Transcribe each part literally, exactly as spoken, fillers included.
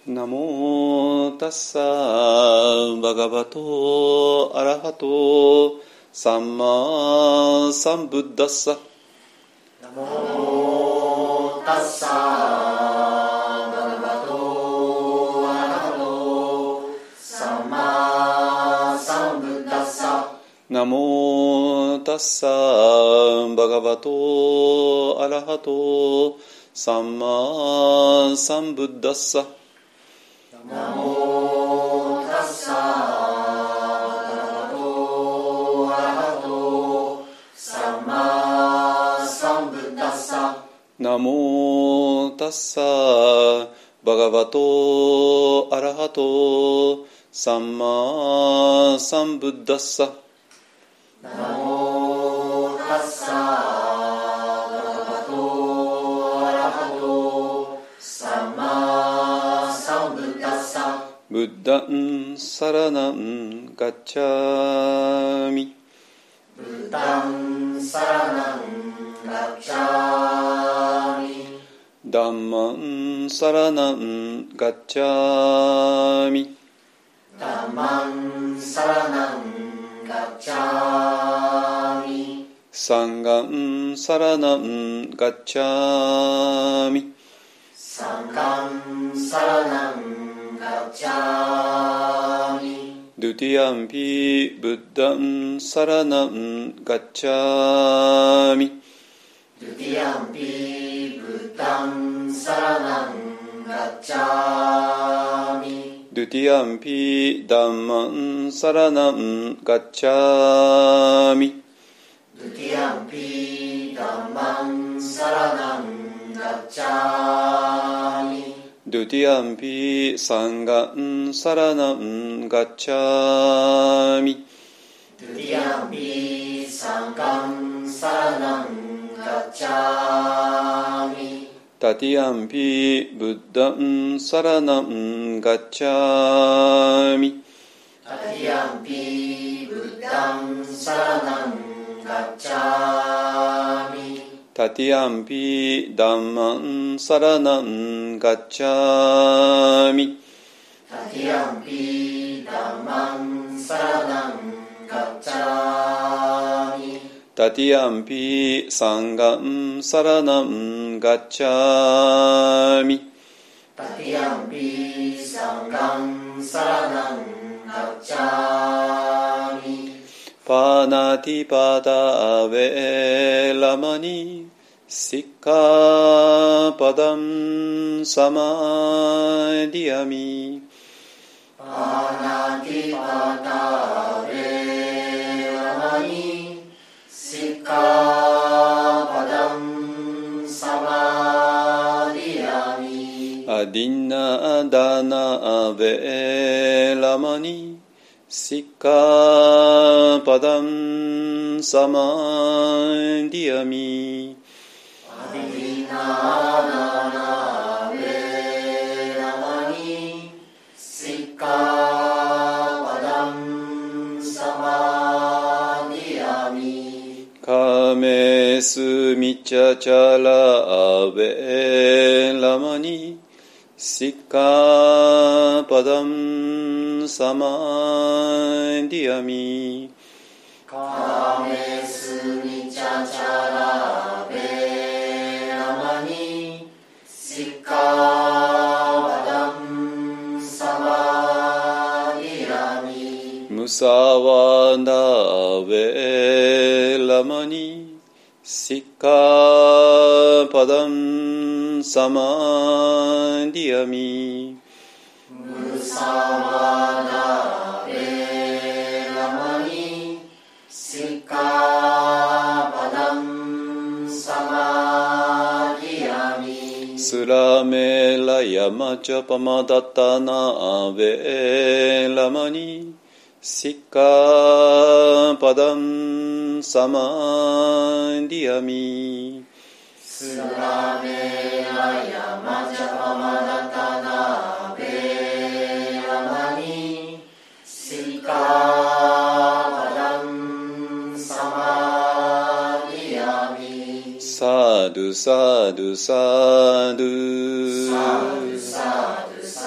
ナモタッサーバガバトアラハトサンマサンブッダッサ。 ナモタッサーバガバトアラハトサンマサンブッダッサ。 ナモタッサーバガバトアラハトサンマサンブッダッサ。 ナモタッサーバガバトアラハトサンマサンブッダッサ。 ナモタッサーバガバトアラハトサンマサンブッダッサ。 ナモタッサーバガバトアラハトサンマサンブッダッサ。 ブッダンサラナンガッチャミ。 ブッダンサラナンガッチャミ。 ダンマンサラナンガッチャミ。 ダンマンサラナンガッチャミ。 サンガンサラナンガッチャミ。 サンガンサラナンガッチャミ。 ドゥティアンピブッダンサラナンガッチャミ。 ドゥティアンピブッダンサラナンガッチャミ。 ドゥティアンピダンマンサラナンガッチャミ。 ドゥティアンピダンマンサラナンガッチャミ。 ドゥティアンピサンガンサラナンガッチャミ。 ドゥティアンピサンガンサラナンガッチャミ。 タティアンピブッダンサラナンガッチャミ。 タティアンピブッダンサラナンガッチャミ。 タティアンピダンマンサラナンガッチャミ。 タティアンピダンマンサラナンガッチャミ。 タティアンピサンガンサラナンガッチャミ。 タティアンピサンガンサラナンガッチャミ。 パナティパダアベラマニシッカパダンサマディアミ。 パナティパダアベラマニシッカパダンサマディアミ。 アディナダナアベラマニシッカパダンサマディアミ。 アディナダナベラマニシッカパダンサマディアミ。 カメスミチャチャラアベラマニシッカパダンサマディアミ。 カメスミチャチャラベラマニシッカパダンサマディアミ。 ムサワナベラマニシッカパダンサマディアミ。 ムサワナベラマニシッカパダンサマディアミ。 スラメラヤマチャパマダタナベラマニシッカパダンサマディアミ。 スラメラヤマチャパマダタナベラマニシッカパダンサマディアミ。 サドゥサドゥサドゥサドゥサドゥサ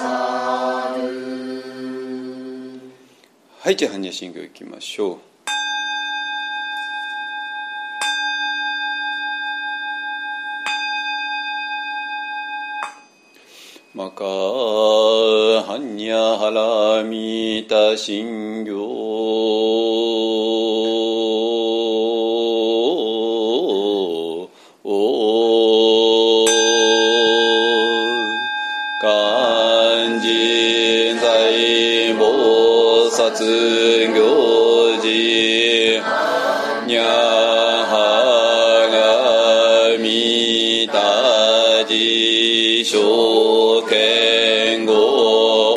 はい、じゃあ般若心経いきましょう。マカ般若波羅蜜多心経勧進財菩薩行事にゃはがみたじしょ剣語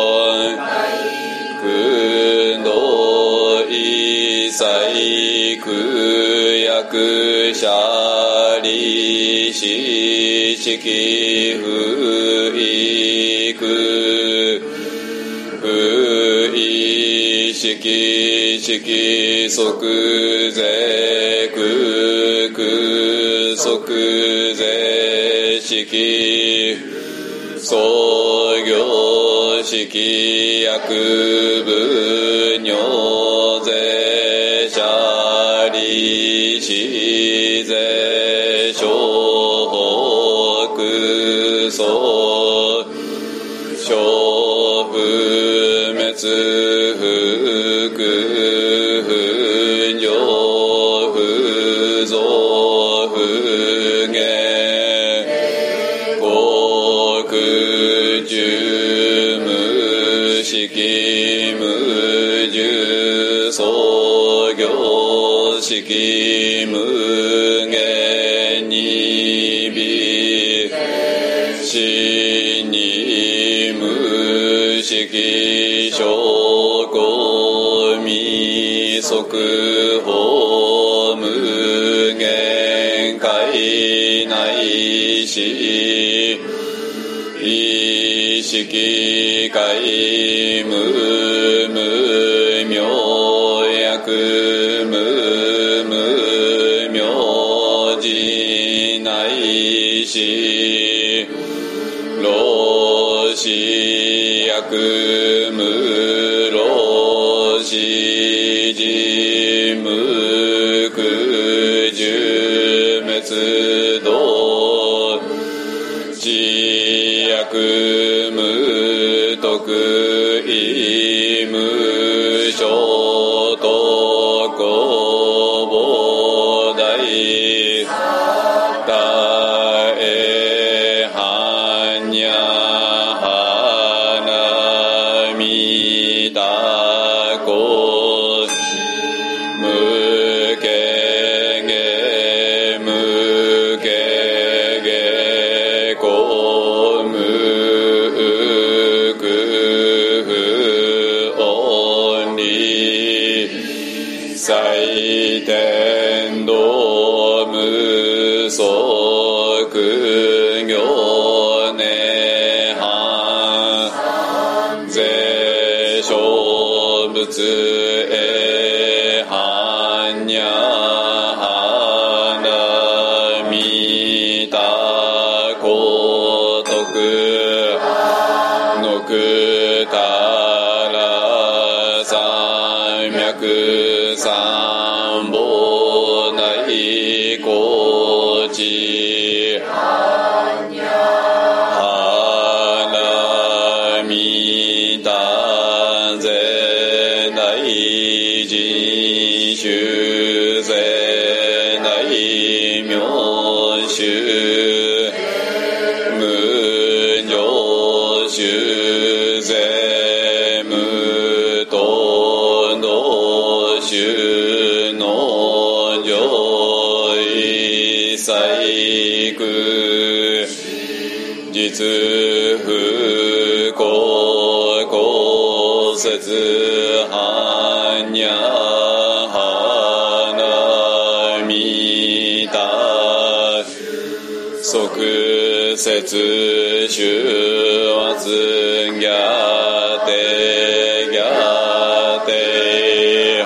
訓導一切苦役者利子式不意苦不意識識即是苦苦即是識創業式薬部尿税者利子税諸北総諸不滅不空不上不増不減国中無識無住創業式無限に微死に無識証拠未速報無限界内し意識界無無明薬無無明寺内し老死薬無老死寺無苦十滅道知薬無徳意無所得菩提大栄般若波羅蜜多故無形下無形下公無空不恩利最天道無足行涅槃税小仏へ般若波羅蜜多高徳のくたら三脈三宝内高知般若波羅蜜多税内人衆税内名衆無常衆税無等同衆の上一切苦実不公公説般若波羅蜜多即説修圧逆定逆定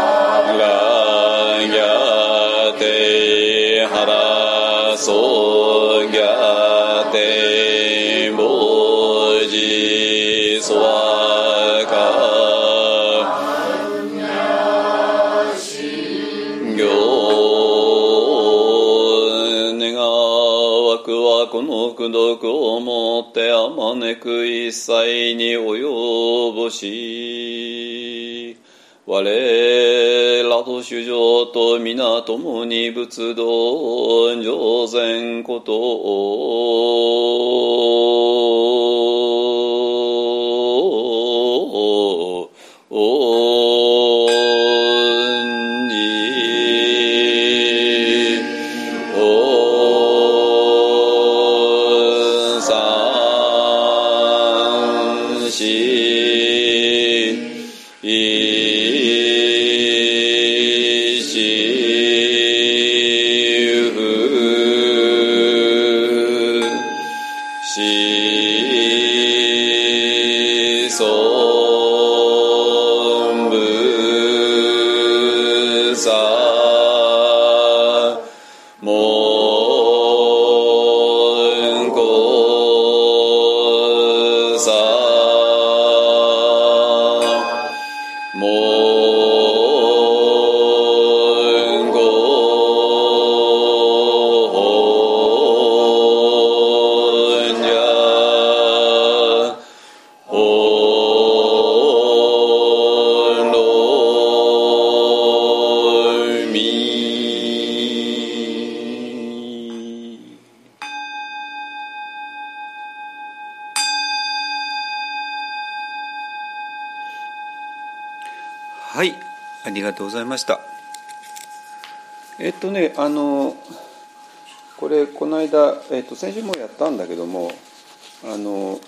乱逆定腹相逆定菩提毒はこの功徳をもってあまねく一切に及ぼし、我らと主情と皆共に仏道上善ことをはい、ありがとうございました。えっとね、あのこれこの間、えっと、先週もやったんだけども、あのお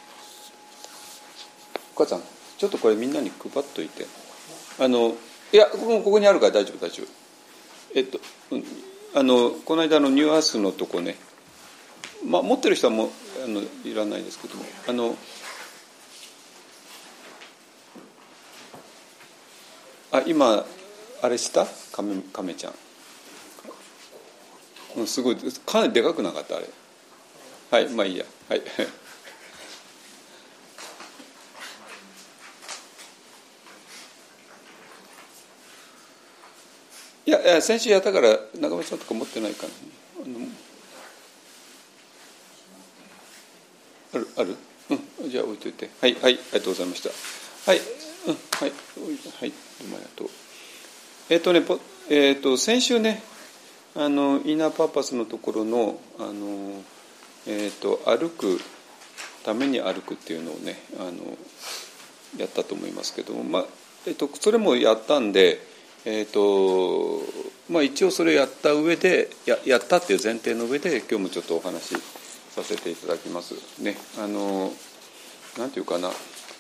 母さんちょっとこれみんなに配っといて、あのいやもうここにあるから大丈夫大丈夫。えっと、うん、あのこの間のニューアースのとこね、まあ、持ってる人はもうあのいらないですけども、あのあ今あれした亀亀ちゃん、うん、すごいかなりでかくなかったあれ。はいまあいいや、はいいやいや先週やったから中村さんとか持ってないかな。あのあるある、うん、じゃあ置いといて、はいはい、ありがとうございました。はい、うん、はいはいどうもありがとう。えっ、ー、とねポえっ、ー、と先週ね、あのインナーパーパスのところのあのえっ、ー、と歩くために歩くっていうのをね、あのやったと思いますけども、まあえっ、ー、とそれもやったんで、えっ、とまあ一応それやった上で や, やったっていう前提の上で今日もちょっとお話しさせていただきますね。あのなんていうかな、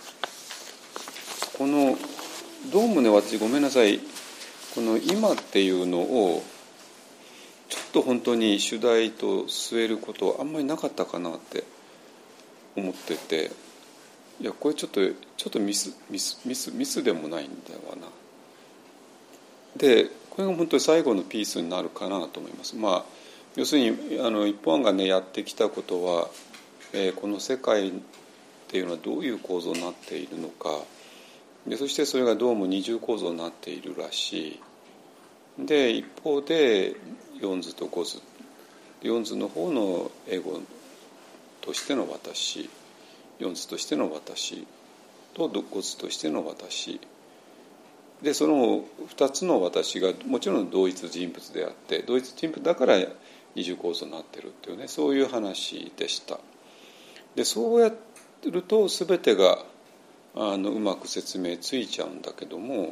このどうもね私ごめんなさい、この今っていうのをちょっと本当に主題と据えることあんまりなかったかなって思ってて、いやこれちょっとちょっとミスミスミスミスでもないんだわな。でこれが本当に最後のピースになるかなと思います。まあ要するにあの一本案がねやってきたことは、えー、この世界っていうのはどういう構造になっているのかで、そしてそれがどうも二重構造になっているらしい。で一方で四図と五図、四図の方のエゴとしての私、四図としての私と五図としての私で、その二つの私がもちろん同一人物であって、同一人物だから二重構造になっているっていうね、そういう話でした。でそうやると全てがあのうまく説明ついちゃうんだけども、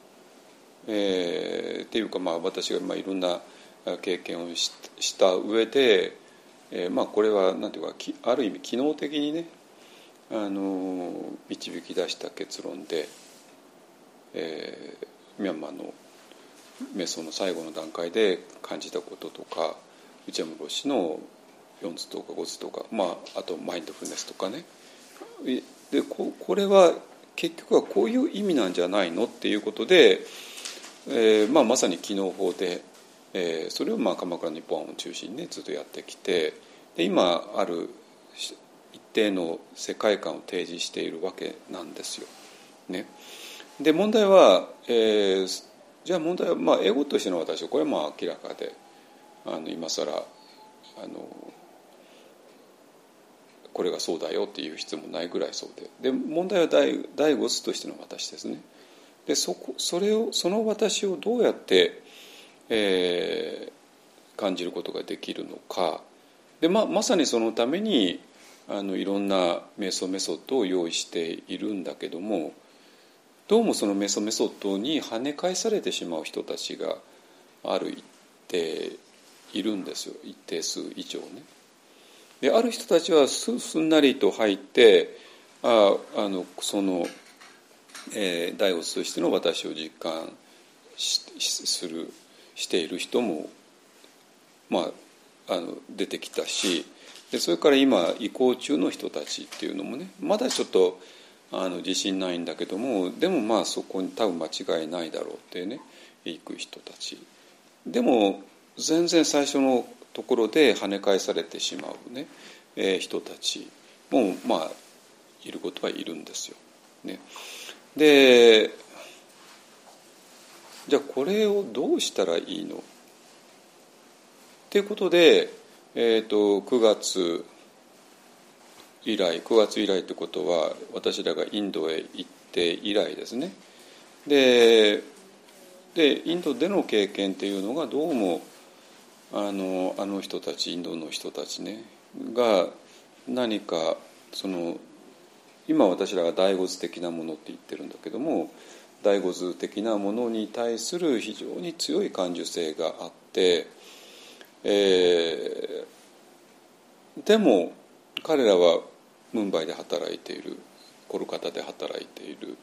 えー、っていうかまあ私がまあいろんな経験を し, した上で、えー、まあこれはなんていうかある意味機能的にね、あの導き出した結論で、えー、ミャンマーの瞑想の最後の段階で感じたこととか、内山老師の四図とか五図とか、まあ、あとマインドフルネスとかね、で こ, これは結局はこういう意味なんじゃないのっていうことで、えーまあ、まさに機能法で、えー、それをまあ鎌倉日本案を中心に、ね、ずっとやってきて、で今ある一定の世界観を提示しているわけなんですよ、ね、で問題は、えー、じゃあ問題は、まあ、エゴとしての私はこれはまあ明らかで、あの今更あのこれがそうだよっていう必要もないぐらいそうで、で問題は第第五図としての私ですね。で そ, こそれをその私をどうやって、えー、感じることができるのかで、ま, まさにそのためにあのいろんな瞑想メソッドを用意しているんだけども、どうもその瞑想メソッドに跳ね返されてしまう人たちがある一定いるんですよ、一定数以上ね。である人たちは す, すんなりと入ってああのその、えー、第五図としての私を実感 し, するしている人も、まあ、あの出てきたし、でそれから今移行中の人たちっていうのもね、まだちょっとあの自信ないんだけども、でもまあそこに多分間違いないだろうってね行く人たちでも全然最初のところで跳ね返されてしまうね、えー、人たちもまあいることはいるんですよ、ね、でじゃあこれをどうしたらいいのっていうことで、えー、とくがつ以来くがつ以来ってことは私らがインドへ行って以来ですね。ででインドでの経験っていうのがどうもあのあの人たちインドの人たちねが何かその今私らが第五図的なものって言ってるんだけども、第五図的なものに対する非常に強い感受性があって、えー、でも彼らはムンバイで働いている、コルカタで働いている、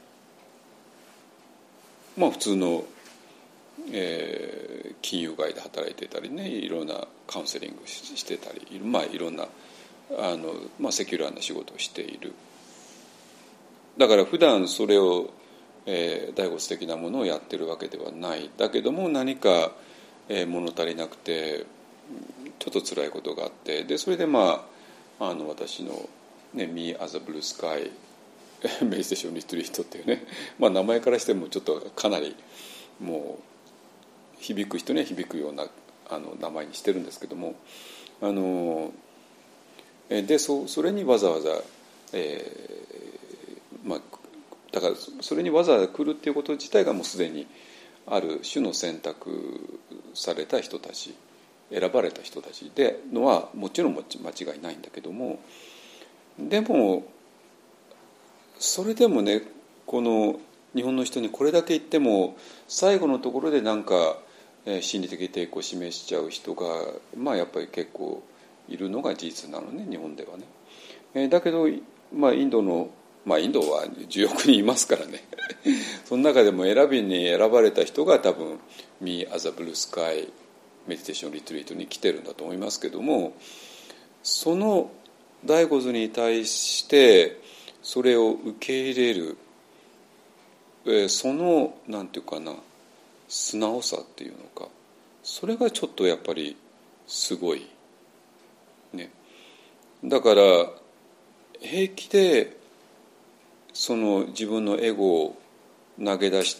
まあ普通のえー、金融街で働いてたりね、いろんなカウンセリングしてたり、まあいろんなあの、まあ、セキュラーな仕事をしている。だから普段それを、えー、第五図的なものをやってるわけではない。だけども何か、えー、物足りなくてちょっと辛いことがあって、でそれでまああの私の、ね、Me as a Blue Sky メディテーションリトリートっていうね、まあ名前からしてもちょっとかなりもう響く人には響くようなあの名前にしてるんですけども、あので そ, それにわざわざ、えーまあ、だからそれにわざわざ来るっていうこと自体がもうすでにある種の選択された人たち、選ばれた人たちでのはもちろん間違いないんだけども、でもそれでもね、この日本の人にこれだけ言っても最後のところでなんか心理的抵抗を示しちゃう人が、まあ、やっぱり結構いるのが事実なのね、日本ではね。えー、だけど、まあ、インドの、まあ、インドはじゅうおくにんいますからねその中でも選びに選ばれた人が多分 Me as a Blue Sky メディテーションリトリートに来てるんだと思いますけども、その第五図に対してそれを受け入れる、えー、そのなんていうかな、素直さっていうのか、それがちょっとやっぱりすごいね。だから平気でその自分のエゴを投げ出して、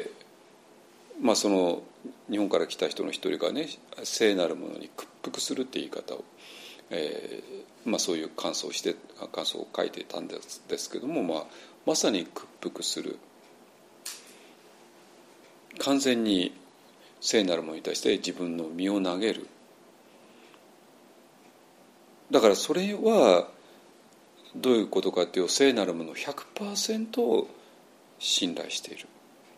まあその日本から来た人の一人がね、聖なるものに屈服するって言い方を、えーまあ、そういう感想をして感想を書いていたんですですけども、まあ、まさに屈服する、完全に聖なるものに対して自分の身を投げる。だからそれはどういうことかっていうと、聖なるものを ひゃくパーセント 信頼している、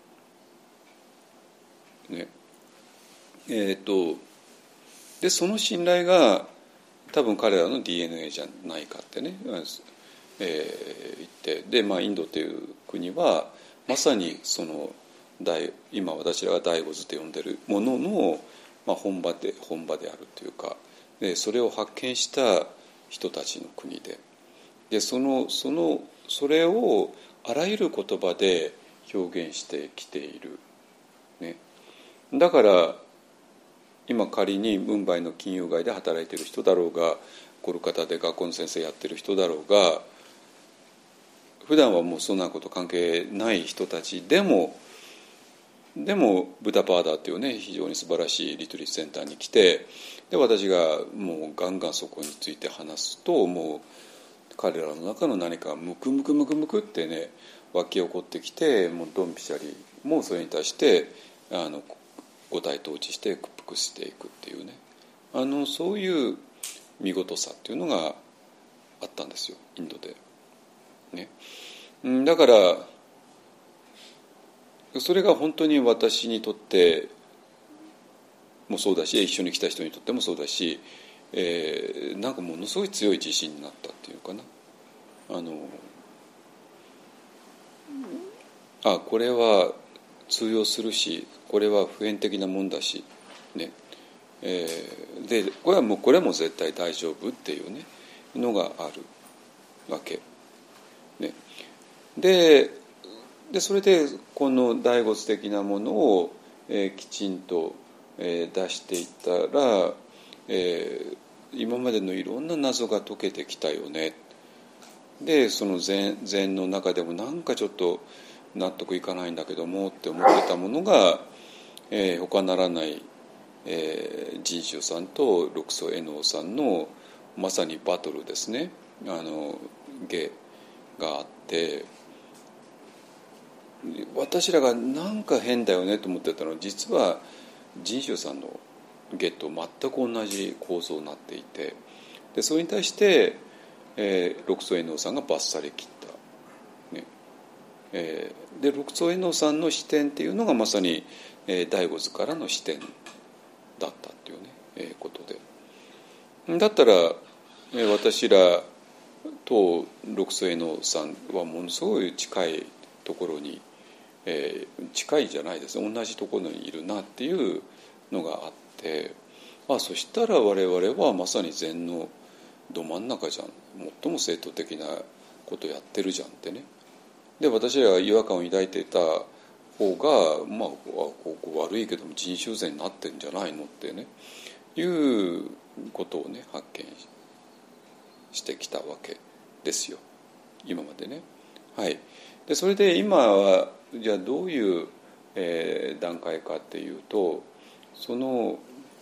ねえー、とでその信頼が多分彼らの ディーエヌエー じゃないかってね、えー、言って、で、まあ、インドという国はまさにその大今私らが第五図と呼んでるものの、まあ、本場で本場であるというか、でそれを発見した人たちの国で、でそのそのそれをあらゆる言葉で表現してきている、ね、だから今仮にムンバイの金融街で働いている人だろうが、コルカタで学校の先生やってる人だろうが、普段はもうそんなこと関係ない人たちでもでもブダパーダっていうね、非常に素晴らしいリトリートセンターに来て、 で私がもうガンガンそこについて話すと、もう彼らの中の何かムクムクムクムクってね湧き起こってきて、もうドンピシャリもうそれに対してあの五体統治して屈服していくっていうね、あのそういう見事さっていうのがあったんですよ、インドで、ね、だからそれが本当に私にとってもそうだし、一緒に来た人にとってもそうだし、えー、なんかものすごい強い自信になったっていうかな、あのあこれは通用するし、これは普遍的なもんだし、ねえー、でこれはもうこれも絶対大丈夫っていうねのがあるわけ、ね、で, でそれでこの大仏的なものを、えー、きちんと、えー、出していったら、えー、今までのいろんな謎が解けてきたよね。でその 禅, 禅の中でもなんかちょっと納得いかないんだけどもって思ってたものが、えー、他ならない、えー、仁宗さんと六祖絵能さんのまさにバトルですね、あの芸があって、私らがなんか変だよねと思ってたのは、実は仁宗さんの芸と全く同じ構造になっていて、でそれに対して、えー、六祖絵能さんがバッサリ切った、ねえー、で六祖絵能さんの視点っていうのがまさに、えー、醍醐図からの視点だったっていうね、えー、ことで、だったら、えー、私らと六祖絵能さんはものすごい近いところに、えー、近いじゃないです、同じところにいるなっていうのがあって、あそしたら我々はまさに禅のど真ん中じゃん、最も正統的なことやってるじゃんってね。で私らが違和感を抱いていた方が、まあここ悪いけども人修禅になってんじゃないのってねいうことをね発見してきたわけですよ、今までね。はい、でそれで今はじゃあどういう、えー、段階かっていうと、その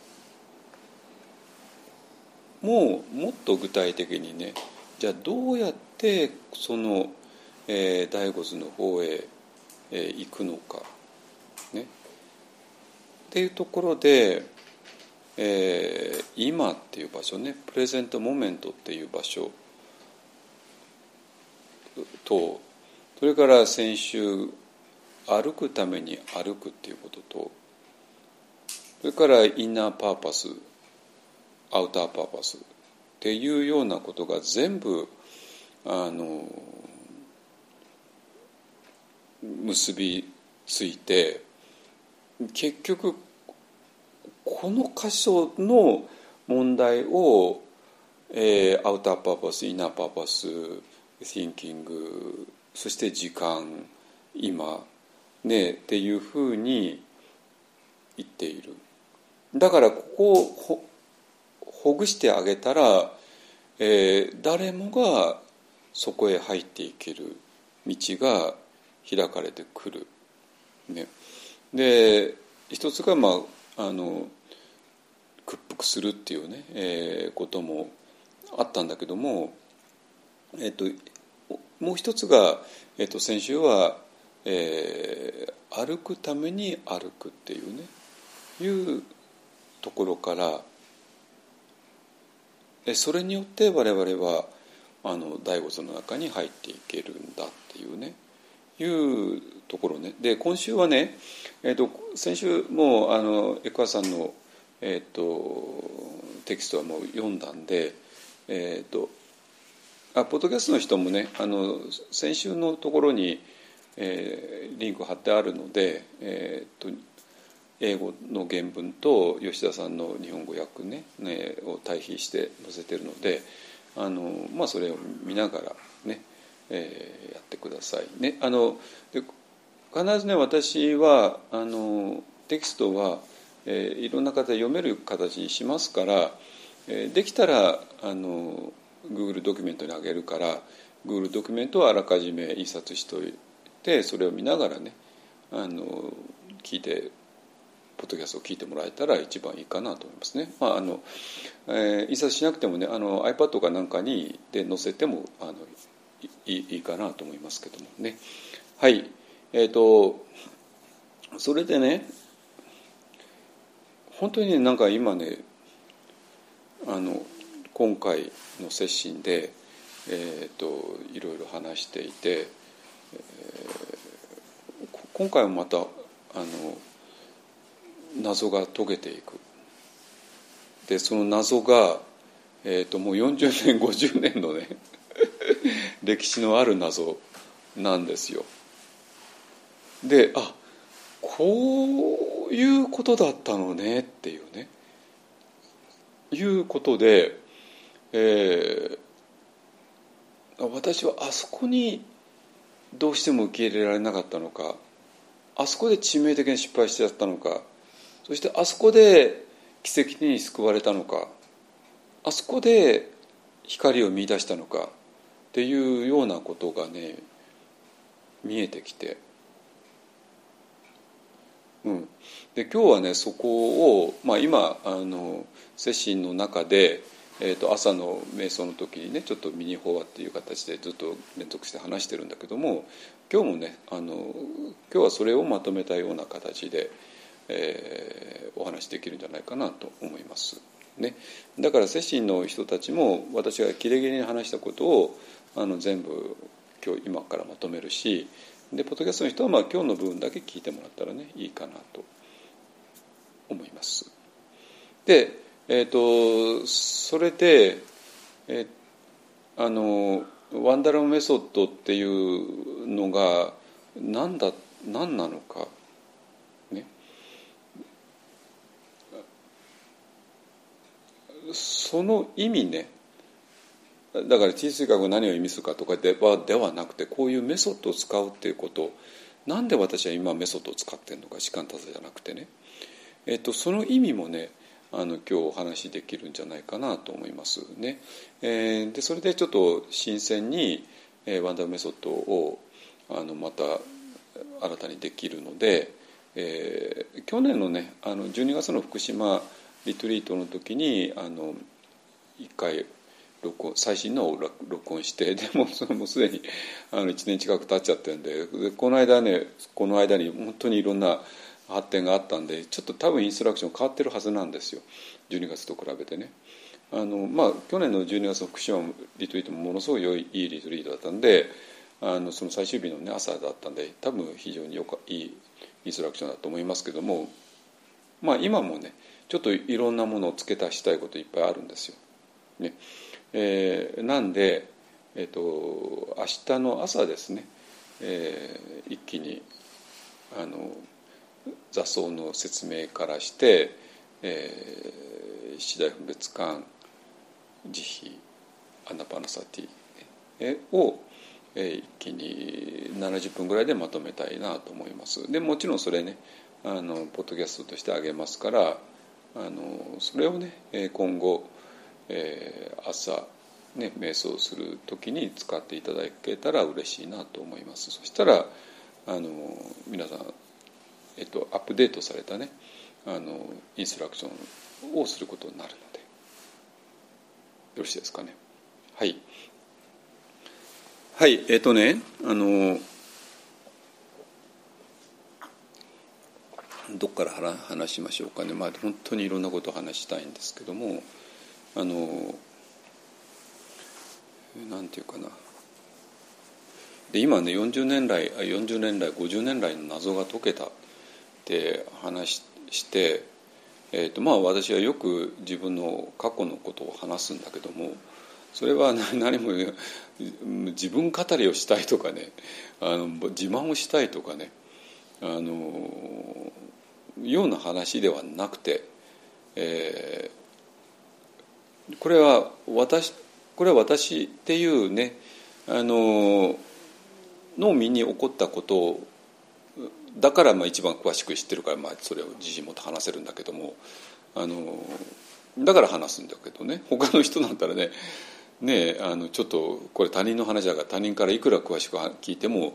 もうもっと具体的にね、じゃあどうやってその、えー、醍醐図の方へ、えー、行くのかねっていうところで、えー、今っていう場所ね、プレゼントモメントっていう場所と、それから先週歩くために歩くっていうことと、それからインナーパーパスアウターパーパスっていうようなことが全部あの結びついて、結局この箇所の問題を、えー、アウターパーパスインナーパーパスシンキング、そして時間今ねっていうふうに言っている。だからここをほぐしてあげたら、えー、誰もがそこへ入っていける道が開かれてくる、ね、で一つが、まあ、あの屈服するっていうね、えー、こともあったんだけども、えー、ともう一つが、えー、と先週は、えー、歩くために歩くっていうねいうところから、それによって我々はあの醍醐図の中に入っていけるんだっていうねいうところね。で今週はね、えー、と先週もうあの江川さんの、えー、とテキストはもう読んだんで、えー、とあポッドキャストの人もね、あの先週のところに、えー、リンク貼ってあるので、えー、と英語の原文と吉田さんの日本語訳 ね, ねを対比して載せてるので、あの、まあ、それを見ながらね、えー、やってくださいね。あので必ずね私はあのテキストは、えー、いろんな方読める形にしますから、えー、できたらあの Google ドキュメントにあげるから Google ドキュメントをあらかじめ印刷しておいて、それを見ながらねあの聞いてポッドキャストを聞いてもらえたら一番いいかなと思いますね。まああのえー、印刷しなくてもね、あの iPad かなんかにで載せてもあのいい、いいかなと思いますけどもね。はい、えーとそれでね、本当にね、なんか今ね、あの今回のセッションで、えーといろいろ話していて、えー、今回もまたあの謎が解けていく。でその謎が、えー、ともうよんじゅうねんごじゅうねんのね歴史のある謎なんですよ。で、あ、こういうことだったのねっていうねいうことで、えー、私はあそこにどうしても受け入れられなかったのか、あそこで致命的に失敗しちゃったのか、そしてあそこで奇跡に救われたのか、あそこで光を見出したのかっていうようなことがね見えてきて、うん、で今日はねそこを、まあ、今あのセッションの中で、えー、と朝の瞑想の時にねちょっとミニ法話っていう形でずっと連続して話してるんだけども、今日もねあの今日はそれをまとめたような形で、えー、お話できるんじゃないかなと思います、ね、だからセッションの人たちも私が切れ切れに話したことをあの全部今日今からまとめるし、でポッドキャストの人はまあ今日の部分だけ聞いてもらったらねいいかなと思います。で、えーとそれで、えー、あのワンダラムメソッドっていうのが何だ何なのかね、その意味ね、だから地質学が何を意味するかとかではではなくて、こういうメソッドを使うっていうこと、なんで私は今メソッドを使ってるのか、時間経つじゃなくてね、えっと、その意味もねあの今日お話しできるんじゃないかなと思いますね。えー、でそれでちょっと新鮮に、えー、ワンダーメソッドをあのまた新たにできるので、えー、去年のねあのじゅうにがつの福島リトリートの時にあのいっかい録音最新のを録音して、でもそれもすでにあのいちねん近く経っちゃってるん で, でこの間ねこの間に本当にいろんな発展があったんで、ちょっと多分インストラクション変わってるはずなんですよ、じゅうにがつと比べてね。あの、まあ、去年のじゅうにがつの福島リトリートもものすごい良いいいリトリートだったんで、あのその最終日の、ね、朝だったんで多分非常によかいいインストラクションだと思いますけども、まあ、今もねちょっといろんなものを付け足したいこといっぱいあるんですよ、ねえー、なんで、えーと、明日の朝ですね、えー、一気にあの座奏の説明からして、えー、四大分別感、慈悲、アナパナサティを、えー、一気にななじゅっぷんぐらいでまとめたいなと思います。でもちろんそれねあのポッドキャストとしてあげますから、あのそれをね今後、えー、朝ね瞑想する時に使っていただけたら嬉しいなと思います。そしたらあの皆さんえっと、アップデートされたねあのインストラクションをすることになるのでよろしいですかね。はいはいえっとねあのどっから話しましょうかね。まあ本当にいろんなことを話したいんですけども、あのなんていうかなで今ねよんじゅうねん来よんじゅうねん来ごじゅうねん来の謎が解けたって話して、えーとまあ、私はよく自分の過去のことを話すんだけども、それは何も自分語りをしたいとかねあの自慢をしたいとかねあのような話ではなくて、えー、これは私これは私っていうねあのの身に起こったことをだからまあ一番詳しく知ってるから、まあ、それを自信持って話せるんだけども、あのだから話すんだけどね、他の人だったらねねあのちょっとこれ他人の話だから他人からいくら詳しく聞いても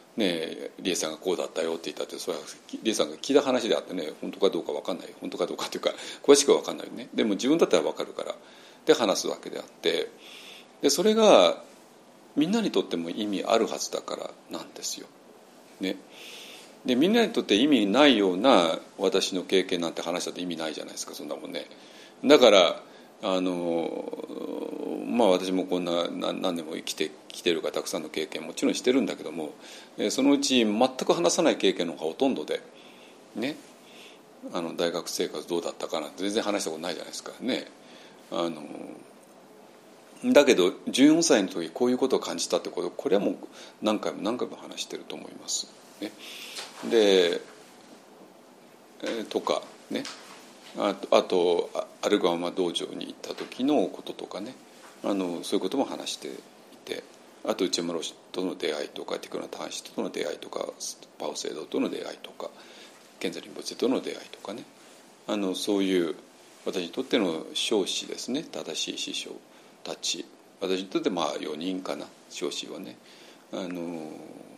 ね、リエさんがこうだったよって言ったって、それはリエさんが聞いた話であってね、本当かどうか分かんない、本当かどうかというか詳しくは分かんないよね。でも自分だったら分かるからで話すわけであって、でそれがみんなにとっても意味あるはずだからなんですよ、ね。でみんなにとって意味ないような私の経験なんて話だって意味ないじゃないですか、そんなもんね。だからあのまあ私もこんな何年も生きてきてるからたくさんの経験もちろんしてるんだけども、そのうち全く話さない経験の方がほとんどでね、あの大学生活どうだったかなって全然話したことないじゃないですかね。あのだけどじゅうよんさいの時こういうことを感じたってこと、これはもう何回も何回も話してると思います、ね。で、えー、とかね、あと、あとアルガマ道場に行った時のこととかね、あのそういうことも話していて、あと内村氏との出会いとかティクナタン氏との出会いとかパオセイドとの出会いとか賢ザリンポチェとの出会いとかね、あのそういう私にとっての彰子ですね、正しい師匠たち、私にとってまあよにんかな、彰子はね。あの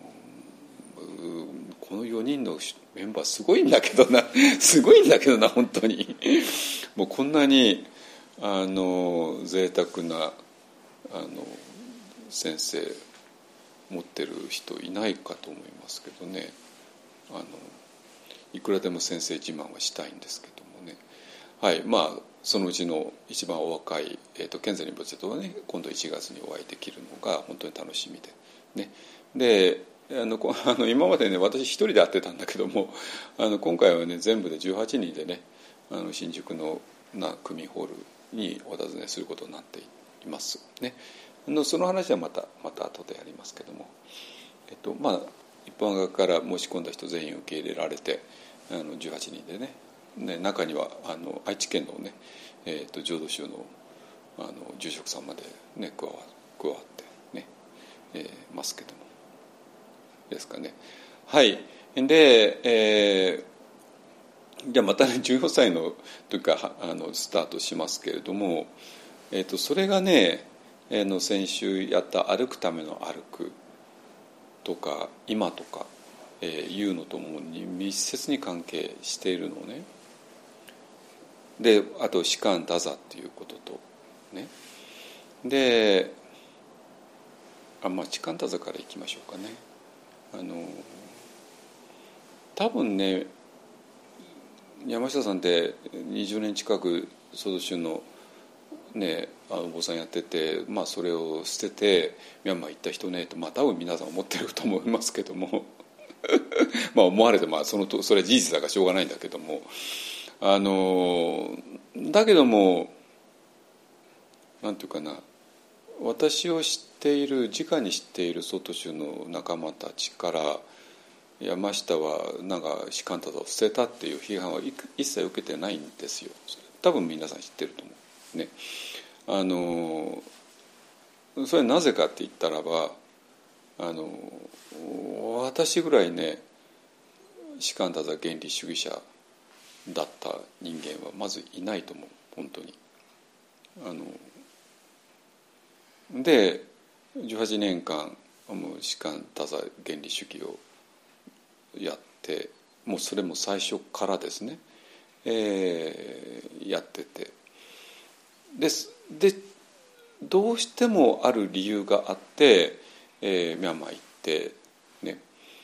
このよにんのメンバーすごいんだけどなすごいんだけどな本当にもうこんなにあの贅沢なあの先生持ってる人いないかと思いますけどね。あのいくらでも先生自慢はしたいんですけどもね。はい、まあそのうちの一番お若い、えーと、賢ザリンポチェとはね今度いちがつにお会いできるのが本当に楽しみでね。であのあの今までね私一人で会ってたんだけども、あの今回はね全部でじゅうはちにんでね、あの新宿のな区民ホールにお尋ねすることになっていますね。のその話はまたまた後でやりますけども、えっとまあ一般側から申し込んだ人全員受け入れられて、あのじゅうはちにんでね、ね中にはあの愛知県のね、えっと浄土宗のあの住職さんまでね加わ加わってね、えー、ますけどもですかね。はい。で、えー、じゃあまたねじゅうよんさいのというかあのスタートしますけれども、えー、とそれがね、えー、の先週やった歩くための歩くとか今とか、えー、いうのともに密接に関係しているのね。であと士官打座っていうこととね。であまあ士官打座からいきましょうかね。あの多分ね山下さんってにじゅうねん近く総統宗のねお坊さんやってて、まあそれを捨ててミャンマー行った人ねと、まあ多分皆さん思ってると思いますけどもまあ思われて、まあそのとそれは事実だからしょうがないんだけども、あのだけどもなんていうかな、私を知っている直に知っている総統宗の仲間たちから山下はなんか士官多座を捨てたっていう批判は一切受けてないんですよ。多分皆さん知ってると思うね。あのそれはなぜかって言ったらば、あの私ぐらいね士官多座原理主義者だった人間はまずいないと思う本当に。あのでじゅうはちねんかん士官多座原理主義をやって、もうそれも最初からですね、えー、やっててですでどうしてもある理由があって、えー、ミャンマー行ってね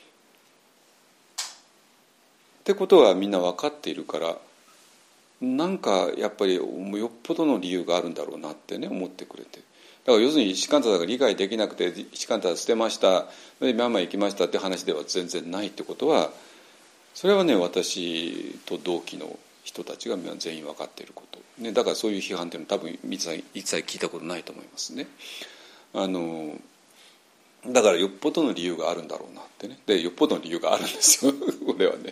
ってことはみんな分かっているから、なんかやっぱりよっぽどの理由があるんだろうなってね思ってくれて、だから要するに士官多座が理解できなくて士官多座捨てましたでミャンマー行きましたって話では全然ないってことは、それはね私と同期の人たちが全員分かっていること、ね、だからそういう批判っていうのは多分一切聞いたことないと思いますね。あのだからよっぽどの理由があるんだろうなってね。でよっぽどの理由があるんですよこれはね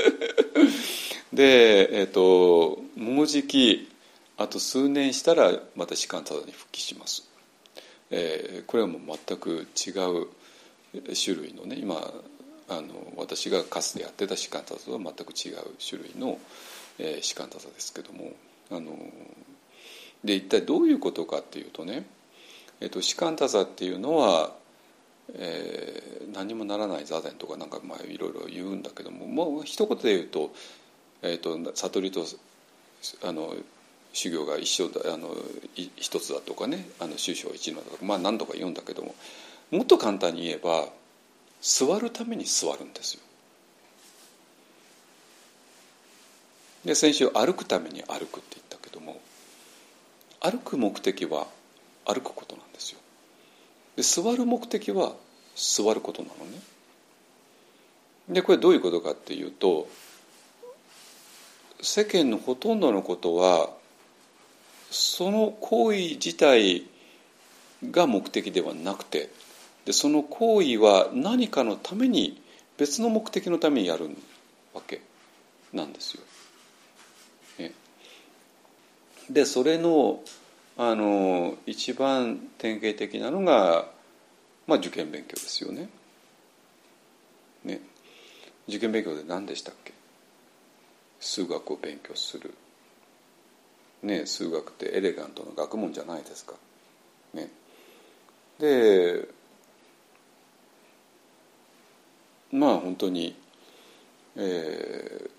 でえっ、ー、ともうじきあと数年したらまた士官多座に復帰します。えー、これはもう全く違う種類のね、今あの私がかつてやってた士官多座とは全く違う種類の、えー、士官多座ですけども、あので一体どういうことかっていうとね、えー、と士官多座っていうのはえー、何にもならない座禅とかなんかまあいろいろ言うんだけども、もう一言で言うと、えー、と悟りとあの修行が一緒だ、あの一つだとかね、あの修正一のだとか、まあ何度か言うんだけども、もっと簡単に言えば座るために座るんですよ。で先週歩くために歩くって言ったけども、歩く目的は歩くことなんですよ。で座る目的は座ることなのね。でこれどういうことかっていうと、世間のほとんどのことはその行為自体が目的ではなくて、でその行為は何かのために、別の目的のためにやるわけなんですよ。ね、でそれのあの一番典型的なのが、まあ、受験勉強ですよね。ね、受験勉強で何でしたっけ？数学を勉強する。ね、数学ってエレガントな学問じゃないですか。ね、でまあ本当に、え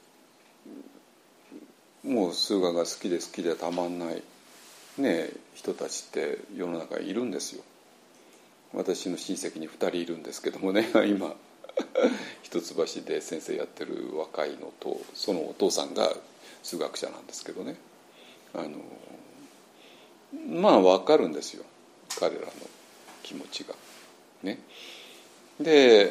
ー、もう数学が好きで好きでたまんない、ね、人たちって世の中にいるんですよ。私の親戚にふたりいるんですけどもね、今一橋で先生やってる若いのと、そのお父さんが数学者なんですけどね、あのまあ分かるんですよ、彼らの気持ちがね。で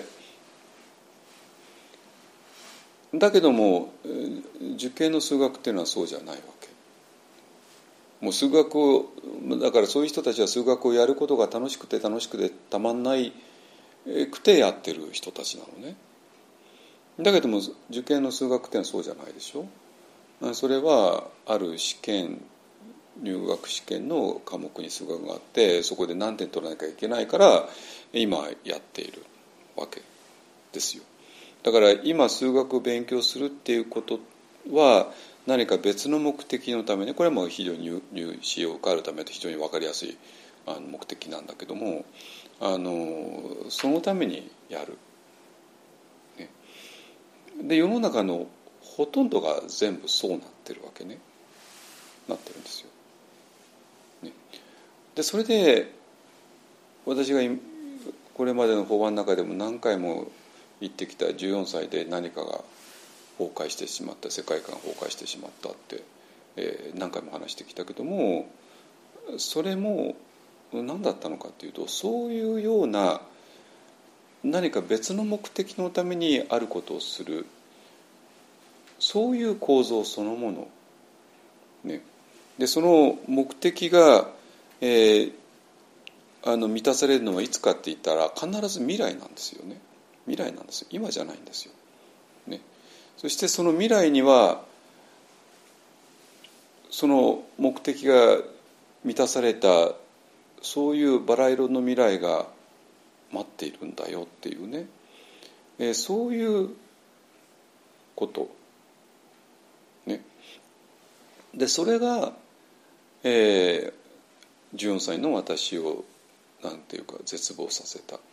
だけども受験の数学っていうのはそうじゃないわけ。もう数学をだからそういう人たちは数学をやることが楽しくて楽しくてたまんないくてやってる人たちなのね。だけども受験の数学っていうのはそうじゃないでしょ。それはある試験、入学試験の科目に数学があって、そこで何点取らなきゃいけないから今やっているわけですよ。だから今数学を勉強するっていうことは何か別の目的のために、これはもう非常に入試を受かるためと非常に分かりやすいあの目的なんだけども、あのそのためにやる、ね、で世の中のほとんどが全部そうなってるわけね、なってるんですよ、ね、でそれで私がこれまでの法話の中でも何回も言ってきたじゅうよんさいで何かが崩壊してしまった、世界観が崩壊してしまったって、えー、何回も話してきたけども、それも何だったのかというと、そういうような何か別の目的のためにあることをする、そういう構造そのもの、ね、でその目的が、えー、あの満たされるのはいつかって言ったら必ず未来なんですよね。未来なんですよ、今じゃないんですよ、ね、そしてその未来にはその目的が満たされたそういうバラ色の未来が待っているんだよっていうね、えー、そういうことね。でそれが、えー、じゅうよんさいの私をなんていうか絶望させた、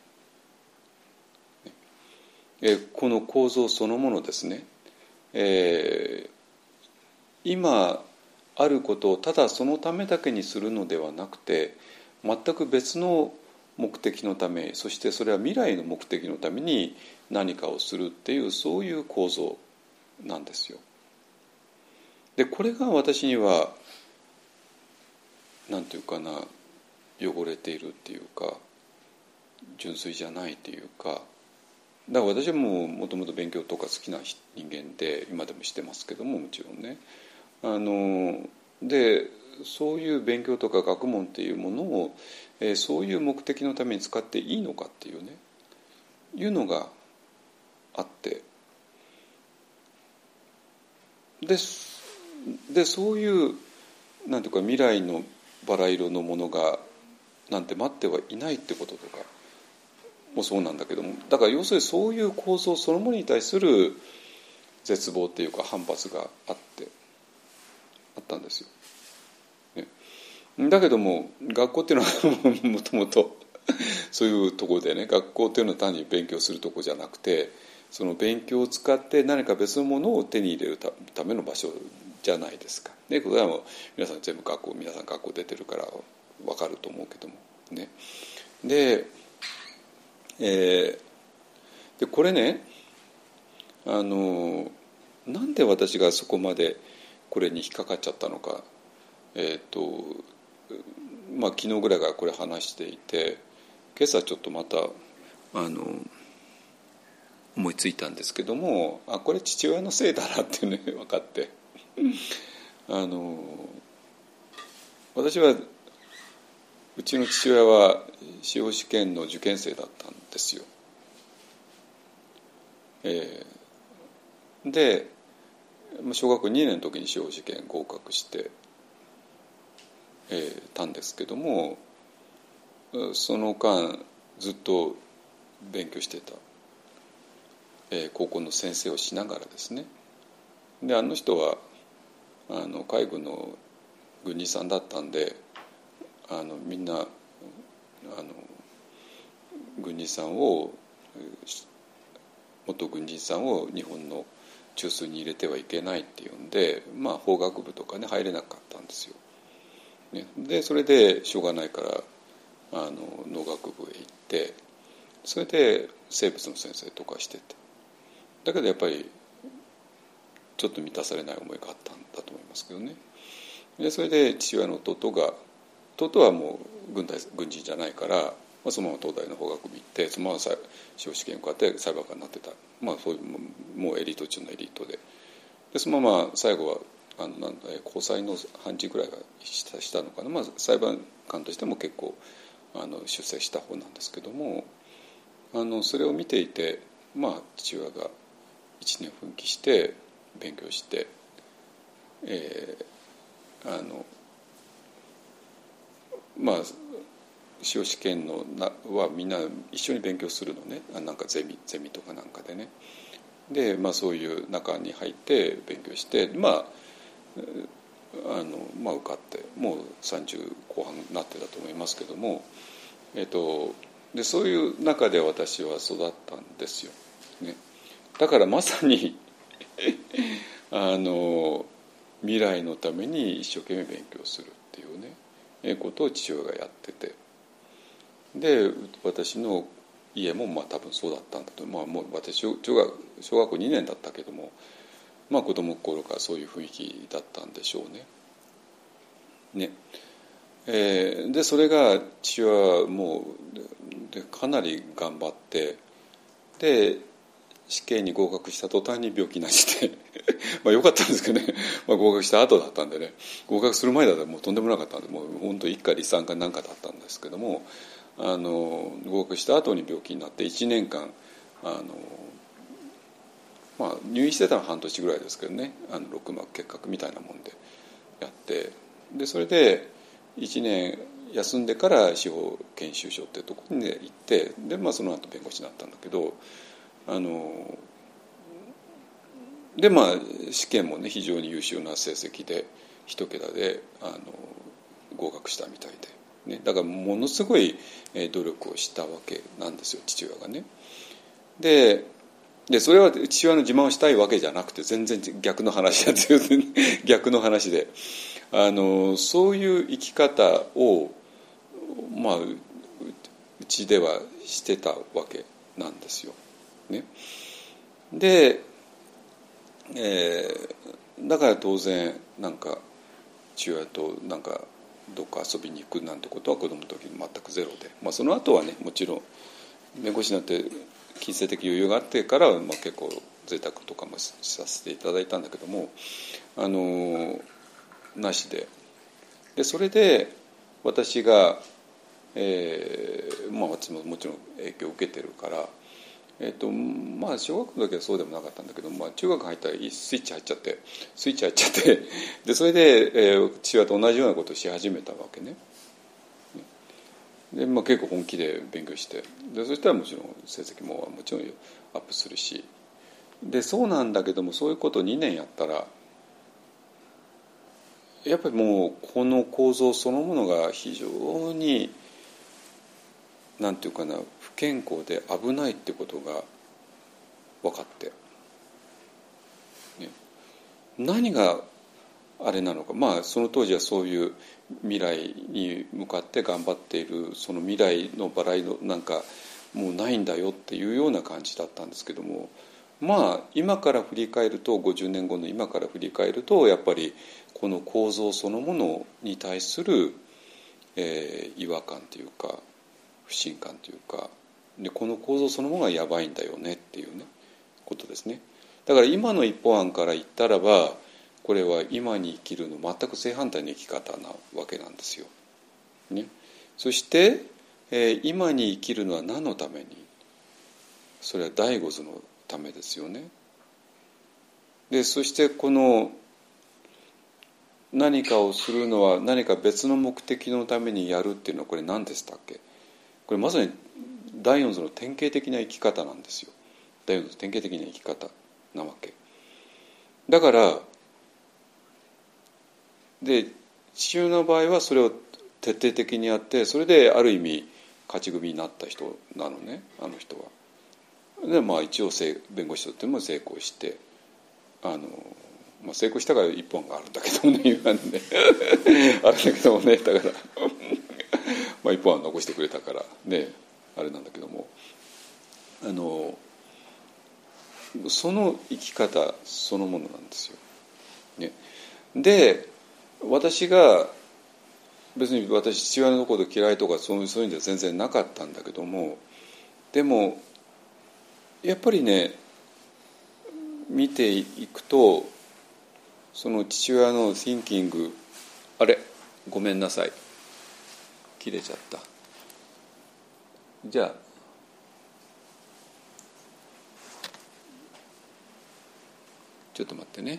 えー、この構造そのものですね、えー、今あることをただそのためだけにするのではなくて、全く別の目的のため、そしてそれは未来の目的のために何かをするっていう、そういう構造なんですよ。でこれが私にはなんていうかな、汚れているっていうか純粋じゃないっていうか、だから私はもうもともと勉強とか好きな人間で今でもしてますけども、もちろんね、あのでそういう勉強とか学問っていうものを、えー、そういう目的のために使っていいのかっていうね、いうのがあって、ででそういうなんていうか未来のバラ色のものがなんて待ってはいないってこととかもそうなんだけども、だから要するにそういう構造そのものに対する絶望っていうか反発があってあったんですよ、ね、だけども学校っていうのはもともとそういうところでね、学校っていうのは単に勉強するところじゃなくて、その勉強を使って何か別のものを手に入れる た, ための場所じゃないですか。でこれはもう皆さん全部学校皆さん学校出てるから分かると思うけどもね。で、えー、でこれね、あのなんで私がそこまでこれに引っかかっちゃったのか、えーとまあ、昨日ぐらいからこれ話していて、今朝ちょっとまたあの思いついたんですけども、あこれ父親のせいだなってね分かってあの私はうちの父親は司法試験の受験生だったんですよ。えー、で小学校にねんの時に司法試験合格して、えー、たんですけども、その間ずっと勉強してた、えー、高校の先生をしながらですね。であの人はあの海軍の軍人さんだったんで、あのみんなあの軍人さんを元軍人さんを日本の中枢に入れてはいけないっていうんで、まあ、法学部とかね入れなかったんですよ、ね、でそれでしょうがないからあの農学部へ行って、それで生物の先生とかしてて、だけどやっぱりちょっと満たされない思いがあったんだと思いますけどね。でそれで父親の弟が弟はもう 軍, 隊軍人じゃないから、まあ、そのまま東大の法学部行って、そのまま司法試験受かって裁判官になってた、まあ、そういうもうエリート中のエリートで、でそのまま最後はあのなんだ高裁の判事ぐらいがしたしたのかな、まあ、裁判官としても結構あの出世した方なんですけども、あのそれを見ていて、まあ、父親がいちねん奮起して勉強して、えー、あのまあ司法試験のなはみんな一緒に勉強するのね、なんかゼミゼミとかなんかでね。で、まあ、そういう中に入って勉強して、まああのまあ、受かってもうさんじゅう後半になってたと思いますけども、えっと、でそういう中で私は育ったんですよ、ね、だからまさにあの未来のために一生懸命勉強するっていうねことを父親がやってて、で私の家もまあ多分そうだったんだと、まあ、もう私中学小学校にねんだったけども、まあ、子供の頃からそういう雰囲気だったんでしょうね。ねえー、でそれが父親はもうでかなり頑張って、で試験に合格した途端に病気になってまあよかったんですけどね、まあ、合格した後だったんでね、合格する前だったらもうとんでもなかったんで、もう本当一家離散かなんかだったんですけども、あの合格した後に病気になっていちねんかんあの、まあ、入院してたのは半年ぐらいですけどね、あの肋膜結核みたいなもんでやって、でそれでいちねん休んでから司法研修所っていうところに、ね、行って、で、まあ、その後弁護士になったんだけど、あのでまあ試験もね非常に優秀な成績で一桁であの合格したみたいで、ね、だからものすごい努力をしたわけなんですよ父親がね。ででそれは父親の自慢をしたいわけじゃなくて全然逆の話なんですよ逆の話で、あのそういう生き方をまあうちではしてたわけなんですよ、ね、で、えー、だから当然なんか父親となんかどっか遊びに行くなんてことは子供の時に全くゼロで、まあ、その後はねもちろん弁護士になって金銭的余裕があってからは、まあ、結構贅沢とかもさせていただいたんだけども、あのなしで、でそれで私が、えーまあ、私ももちろん影響を受けてるから、えーとまあ、小学校の時はそうでもなかったんだけど、まあ、中学入ったらスイッチ入っちゃってスイッチ入っちゃってでそれで、えー、父親と同じようなことをし始めたわけね。で、まあ、結構本気で勉強して、でそしたらもちろん成績ももちろんアップするし、でそうなんだけども、そういうことをにねんやったらやっぱりもうこの構造そのものが非常になんていうかな、不健康で危ないってことが分かって、ね、何があれなのか、まあその当時はそういう未来に向かって頑張っている、その未来のバラ色なんかもうないんだよっていうような感じだったんですけども、まあ今から振り返ると、ごじゅうねんごの今から振り返ると、やっぱりこの構造そのものに対する、えー、違和感というか不信感というかで、この構造そのものがやばいんだよねっていうねことですね。だから今の一方案から言ったらば、これは今に生きるの全く正反対の生き方なわけなんですよ、ね、そして、えー、今に生きるのは何のために？それは第五図のためですよね。でそしてこの何かをするのは何か別の目的のためにやるっていうのは、これ何でしたっけ？これまさに第四図の典型的な生き方なんですよ。第四図の典型的な生き方なわけだから、で父親の場合はそれを徹底的にやって、それである意味勝ち組になった人なのね、あの人は。でまあ一応弁護士とっても成功して、あの、まあ、成功したから一本があるんだけどね、今ねあるんだけどもね、だからまあ一本は残してくれたからね、あれなんだけども、あのその生き方そのものなんですよ、ね、で私が別に私父親のこと嫌いとかそういうそういうんじゃ全然なかったんだけども、でもやっぱりね見ていくと、その父親の thinking、 あれごめんなさい切れちゃった。じゃあちょっと待ってね。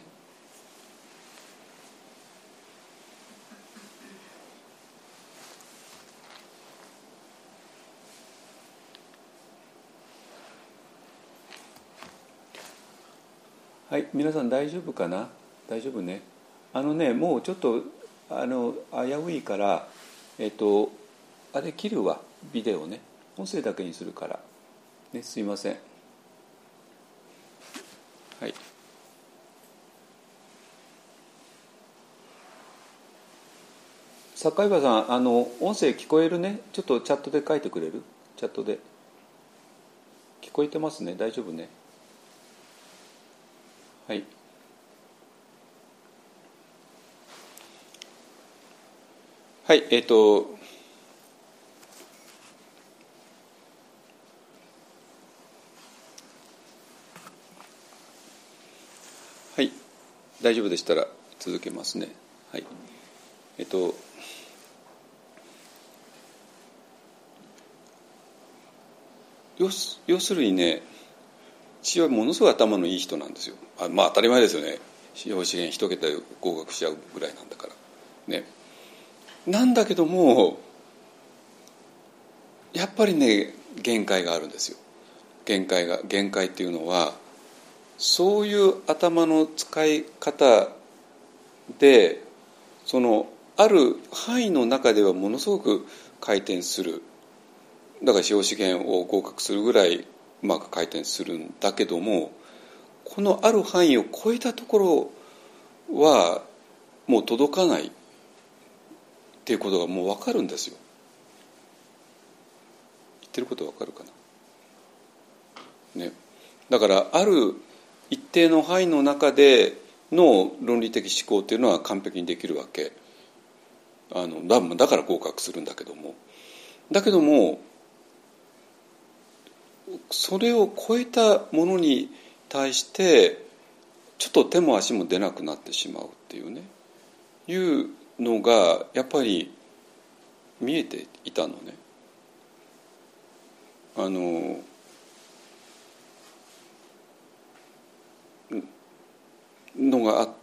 はい、皆さん大丈夫かな？大丈夫ね。あのね、もうちょっとあの危ういから、えっとあれ切るわ、ビデオね、音声だけにするからね、すいません。はい。坂岩さん、あの音声聞こえるね。ちょっとチャットで書いてくれる？チャットで聞こえてますね。大丈夫ね。はい。はい、えっとはい、大丈夫でしたら続けますね。はい。えっと要す、要するにね、父はものすごい頭のいい人なんですよ。あ、まあ当たり前ですよね。司法試験一桁で合格しちゃうぐらいなんだからね。なんだけどもやっぱりね限界があるんですよ。限界が限界っていうのは、そういう頭の使い方で、そのある範囲の中ではものすごく回転する。だから司法試験を合格するぐらいうまく回転するんだけども、このある範囲を超えたところはもう届かないっていうことがもう分かるんですよ。言ってること分かるかな、ね、だからある一定の範囲の中での論理的思考っていうのは完璧にできるわけ。あの だ, だから合格するんだけども、だけどもそれを超えたものに対してちょっと手も足も出なくなってしまうっていうね、いうのがやっぱり見えていたのね。あののがあって、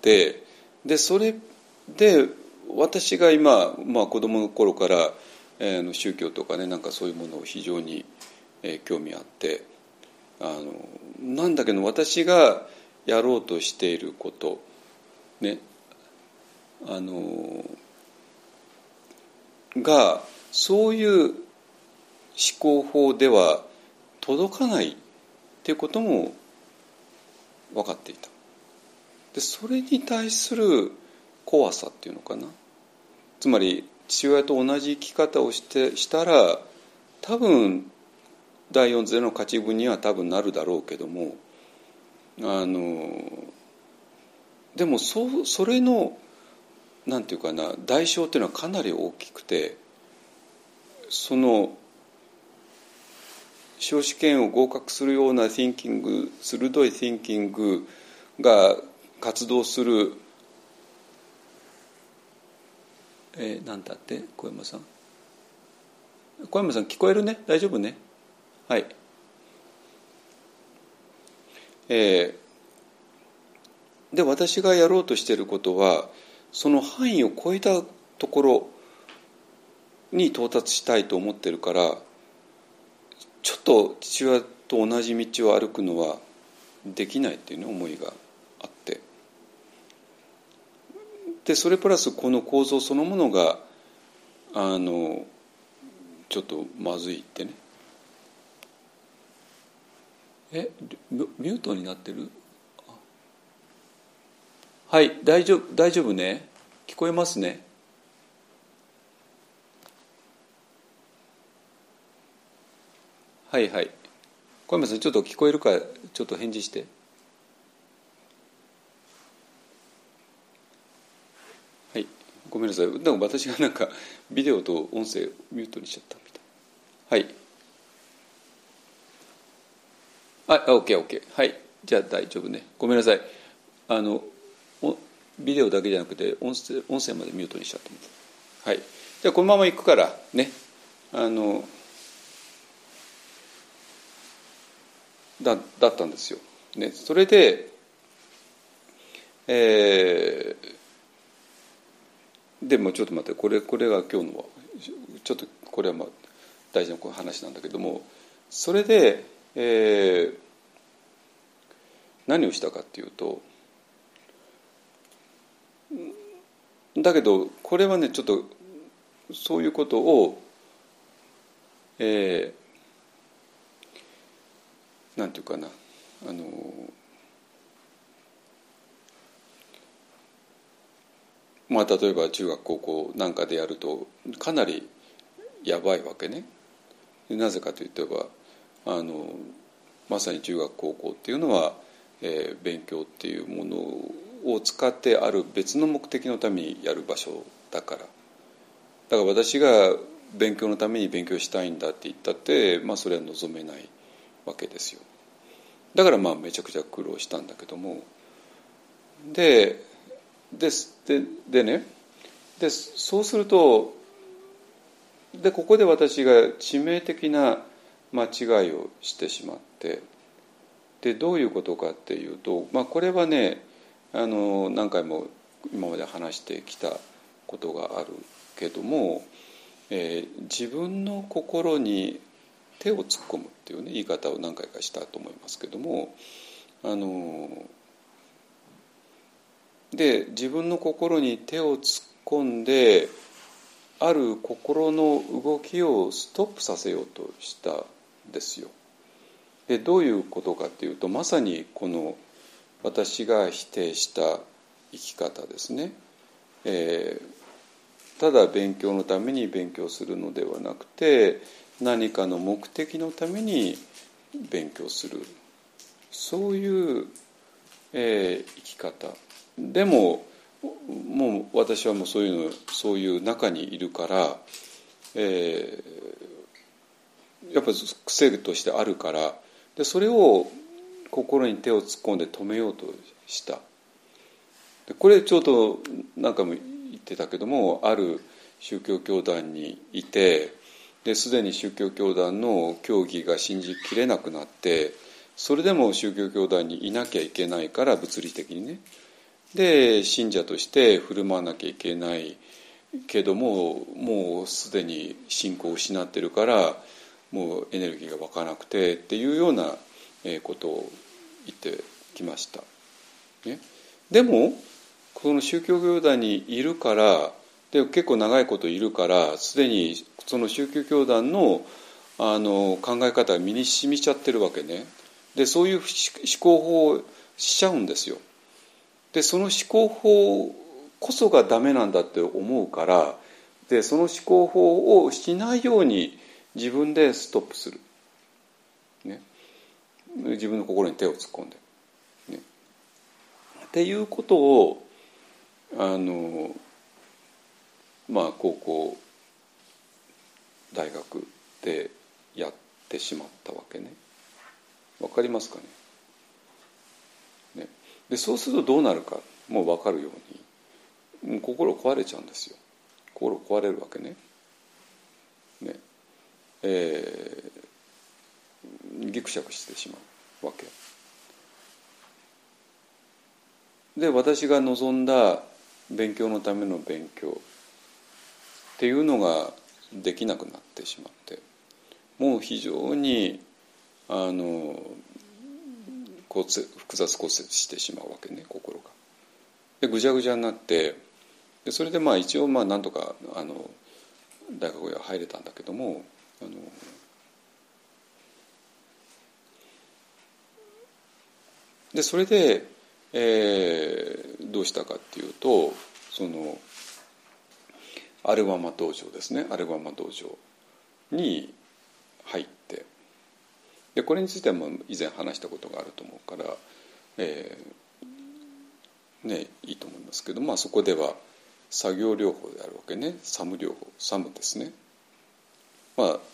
でそれで私が今、まあ、子供の頃から、えー、宗教とかね、なんかそういうものを非常に、えー、興味あって、あのなんだけど私がやろうとしていることね、あのがそういう考法では届かないっていうことも分かっていた。でそれに対する怖さっていうのかな、つまり父親と同じ生き方をしてしたら多分だいよん世の勝ち組には多分なるだろうけども、あのでも そ, それのなんていうかな代償っていうのはかなり大きくて、その司法試験を合格するような thinking 鋭い thinking が活動する、えー、なんだって小山さん小山さん聞こえるね、大丈夫ね、はい、えー、で私がやろうとしていることはその範囲を超えたところに到達したいと思ってるから、ちょっと父親と同じ道を歩くのはできないっていう、ね、思いがあって、でそれプラスこの構造そのものがあのちょっとまずいってね。えミュートになってる？はい大丈夫大丈夫ね、聞こえますね。はいはい、小山さんちょっと聞こえるかちょっと返事して。はい、ごめんなさい、でも私がなんかビデオと音声ミュートにしちゃったみたい。はい、あ、オッケーオッケー、はい、じゃあ大丈夫ね、ごめんなさい、あのビデオだけじゃなくて音声、音声までミュートにしちゃったみたい。はい、じゃあこのまま行くからね、あのだ, だったんですよ、ね、それで、えー、でもちょっと待って、これこれが今日のちょっとこれはまあ大事な話なんだけども、それで、えー、何をしたかっていうと、だけどこれはねちょっとそういうことを、えー、なんていうかな、あのまあ例えば中学高校なんかでやるとかなりやばいわけね。なぜかといえばあのまさに中学高校っていうのは、えー、勉強っていうものを使ってある別の目的のためにやる場所だから、だから私が勉強のために勉強したいんだって言ったって、まあ、それは望めないわけですよ。だからまあめちゃくちゃ苦労したんだけども、ででででねでそうするとでここで私が致命的な間違いをしてしまって、でどういうことかっていうと、まあ、これはねあの何回も今まで話してきたことがあるけども、えー、自分の心に手を突っ込むっていう、ね、言い方を何回かしたと思いますけども、あので自分の心に手を突っ込んである心の動きをストップさせようとしたんですよ。でどういうことかっていうと、まさにこの私が否定した生き方ですね、えー、ただ勉強のために勉強するのではなくて何かの目的のために勉強する、そういう、えー、生き方でももう私はもうそういうのそういう中にいるから、えー、やっぱり癖としてあるから、でそれを心に手を突っ込んで止めようとした。でこれちょうど何回も言ってたけども、ある宗教教団にいて、ですでに宗教教団の教義が信じきれなくなって、それでも宗教教団にいなきゃいけないから物理的にね、で信者として振る舞わなきゃいけないけども、もうすでに信仰を失ってるからもうエネルギーが湧かなくてっていうようなことを言ってきました、ね、でもこの宗教教団にいるからで結構長いこといるから、すでにその宗教教団の、 あの考え方が身に染みちゃってるわけね。でそういう思考法をしちゃうんですよ。でその思考法こそがダメなんだって思うから、でその思考法をしないように自分でストップする、ね、自分の心に手を突っ込んで、ね、っていうことをあのまあ高校大学でやってしまったわけね。わかりますかね。ねでそうするとどうなるかもう分かるように、もう心壊れちゃうんですよ。心壊れるわけね。ねえー、ギクシャクしてしまうわけで、私が望んだ勉強のための勉強っていうのができなくなってしまって、もう非常にあの骨複雑骨折してしまうわけね、心が。でぐちゃぐちゃになって、でそれでまあ一応まあなんとかあの大学へは入れたんだけども、あのでそれで、えー、どうしたかっていうと、そのアルバマ道場ですね、アルバマ道場に入って、でこれについてはもう以前話したことがあると思うから、えーね、いいと思いますけど、まあ、そこでは作業療法であるわけね。サム療法、サムですね。まあ、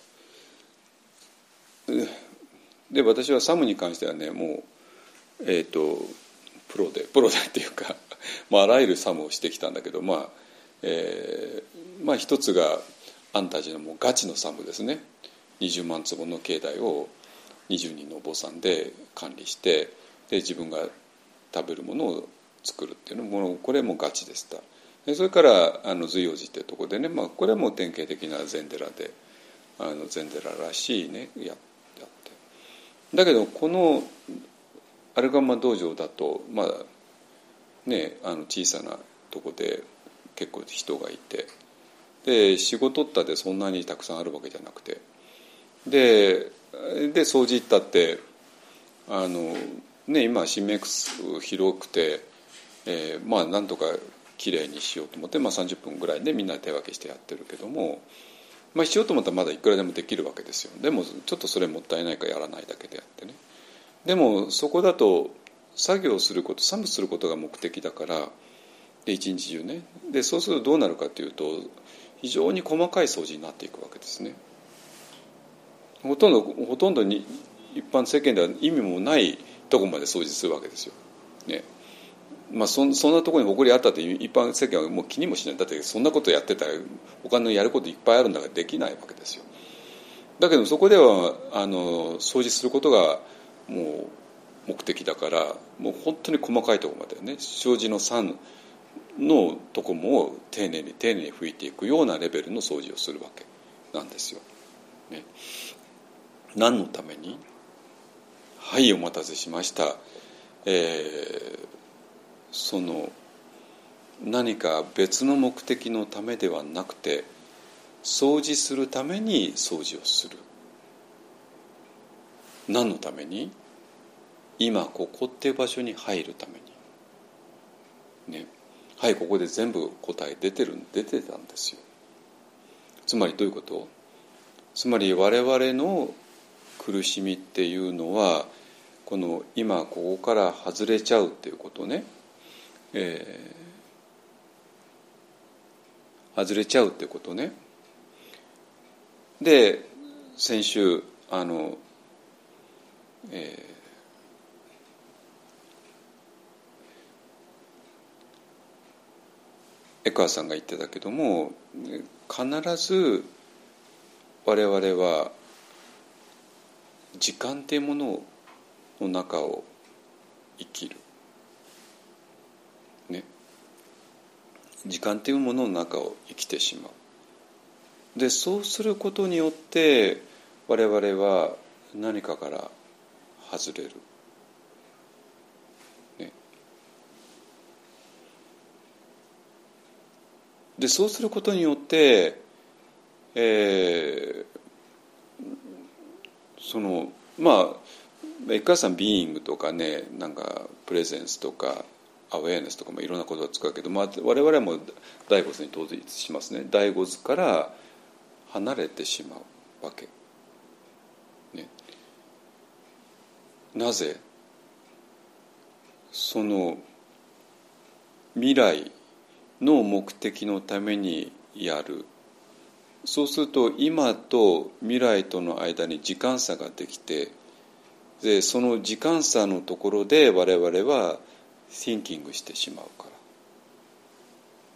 で私はサムに関してはね、もうえっとプロでプロでっていうかまあ、あらゆるサムをしてきたんだけど、まあえー、まあ一つがアンタジのもうガチのサムですね。にじゅうまん坪の境内をにじゅうにんのお坊さんで管理して、で自分が食べるものを作るっていうのも、これもガチでした。でそれからあの随王寺っていうところでね、まあ、これはもう典型的な禅寺で、あの禅寺らしいね や, やってだけどこのアルガンマ道場だとまあね、あの小さなとこで結構人がいて、で仕事ったってそんなにたくさんあるわけじゃなくて、でで掃除行ったってあの、ね、今新メイク広くて、えー、まあなんとかきれいにしようと思って、まあ、さんじゅっぷんぐらいでみんなで手分けしてやってるけども、まあ、しようと思ったらまだいくらでもできるわけですよ。でもちょっとそれもったいないからやらないだけであってね。でもそこだと作業すること、作務することが目的だから、で一日中ね、でそうするとどうなるかというと、非常に細かい掃除になっていくわけですね。ほとんどほとんどに一般世間では意味もないところまで掃除するわけですよ。ね、まあ そ, そんなところに埃あったって一般世間はもう気にもしない。だってそんなことやってたら他のやることいっぱいあるんだからできないわけですよ。だけどそこではあの掃除することがもう目的だから、もう本当に細かいところまでね、障子の三のとこも丁寧に丁寧に拭いていくようなレベルの掃除をするわけなんですよ。ね、何のために？はい、お待たせしました。えー、その何か別の目的のためではなくて、掃除するために掃除をする。何のために？今ここっていう場所に入るために、ね、はい、ここで全部答え出てる出てたんですよ。つまりどういうこと？つまり我々の苦しみっていうのは、この今ここから外れちゃうっていうことね、えー、外れちゃうっていうことね。で先週あの、えー、江川さんが言ってたけども、必ず我々は時間っていうものの中を生きる、ね、時間っていうものの中を生きてしまう。でそうすることによって我々は何かから外れる、ね、でそうすることによって、えーそのまあエッカーさんビーイングとかね、なんかプレゼンスとかアウェアネスとかもいろんなことを使うけど、まあ、我々はもう第五図に統一しますね。第五図から離れてしまうわけ、ね、なぜその未来の目的のためにやる。そうすると今と未来との間に時間差ができて、でその時間差のところで我々は thinking してしまうから、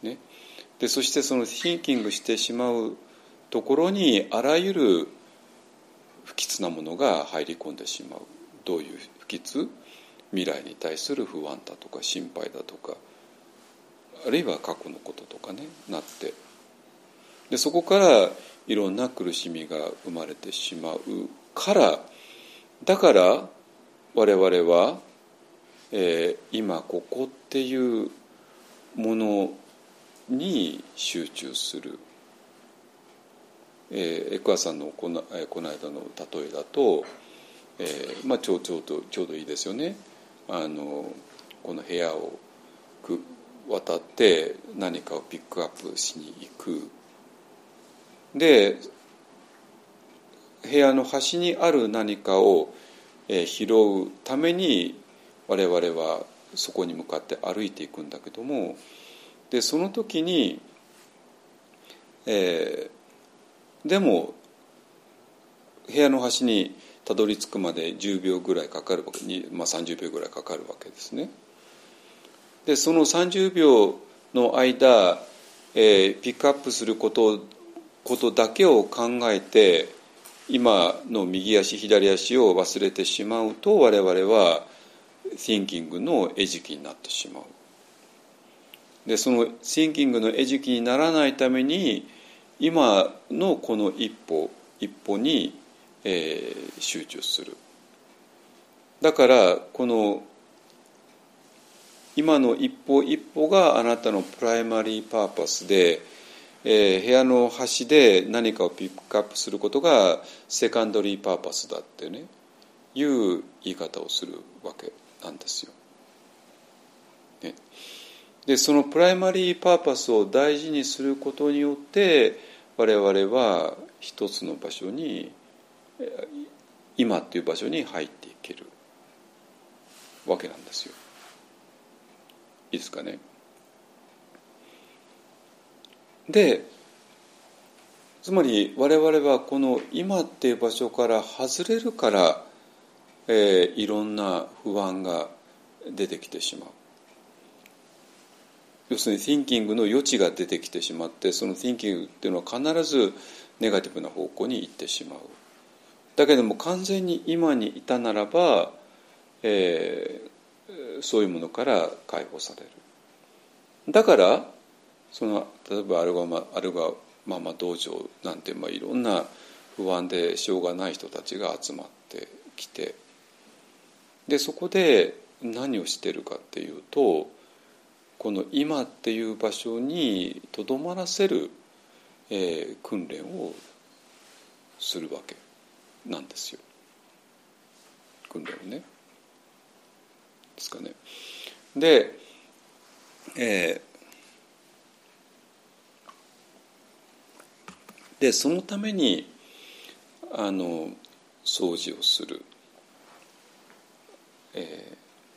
ね、でそしてその thinking してしまうところにあらゆる不吉なものが入り込んでしまう。どういう不吉？未来に対する不安だとか心配だとか、あるいは過去のこととかねなって、でそこからいろんな苦しみが生まれてしまうから、だから我々は、えー、今ここっていうものに集中する。えー、エクアさんのこの、えー、この間の例えだと、えーまあ、ちょうちょうどちょうどいいですよね。あのこの部屋をく渡って何かをピックアップしに行く。で部屋の端にある何かを、えー、拾うために我々はそこに向かって歩いていくんだけども、でその時に、えー、でも部屋の端にたどり着くまでじゅうびょうぐらいかかるわけに、まあ、さんじゅうびょうぐらいかかるわけですね。でそのさんじゅうびょうの間、えー、ピックアップすることことだけを考えて今の右足左足を忘れてしまうと、我々は thinking の餌食になってしまう。でその thinking の餌食にならないために今のこの一歩一歩に、えー、集中する。だからこの今の一歩一歩があなたのプライマリーパーパスで、えー、部屋の端で何かをピックアップすることがセカンダリーパーパスだってねいう言い方をするわけなんですよ。ね、でそのプライマリーパーパスを大事にすることによって我々は一つの場所に今っていう場所に入っていけるわけなんですよ。いいですかね。でつまり我々はこの今っていう場所から外れるから、えー、いろんな不安が出てきてしまう。要するに thinking の余地が出てきてしまって、その thinking っていうのは必ずネガティブな方向に行ってしまう。だけども完全に今にいたならば、えー、そういうものから解放される。だからその例えばアルガマ、アルガママ道場なんて、まあ、いろんな不安でしょうがない人たちが集まってきて、でそこで何をしてるかっていうと、この今っていう場所にとどまらせる、えー、訓練をするわけなんですよ。訓練をね。ですかね。で、えー、でそのためにあの掃除をする、えー、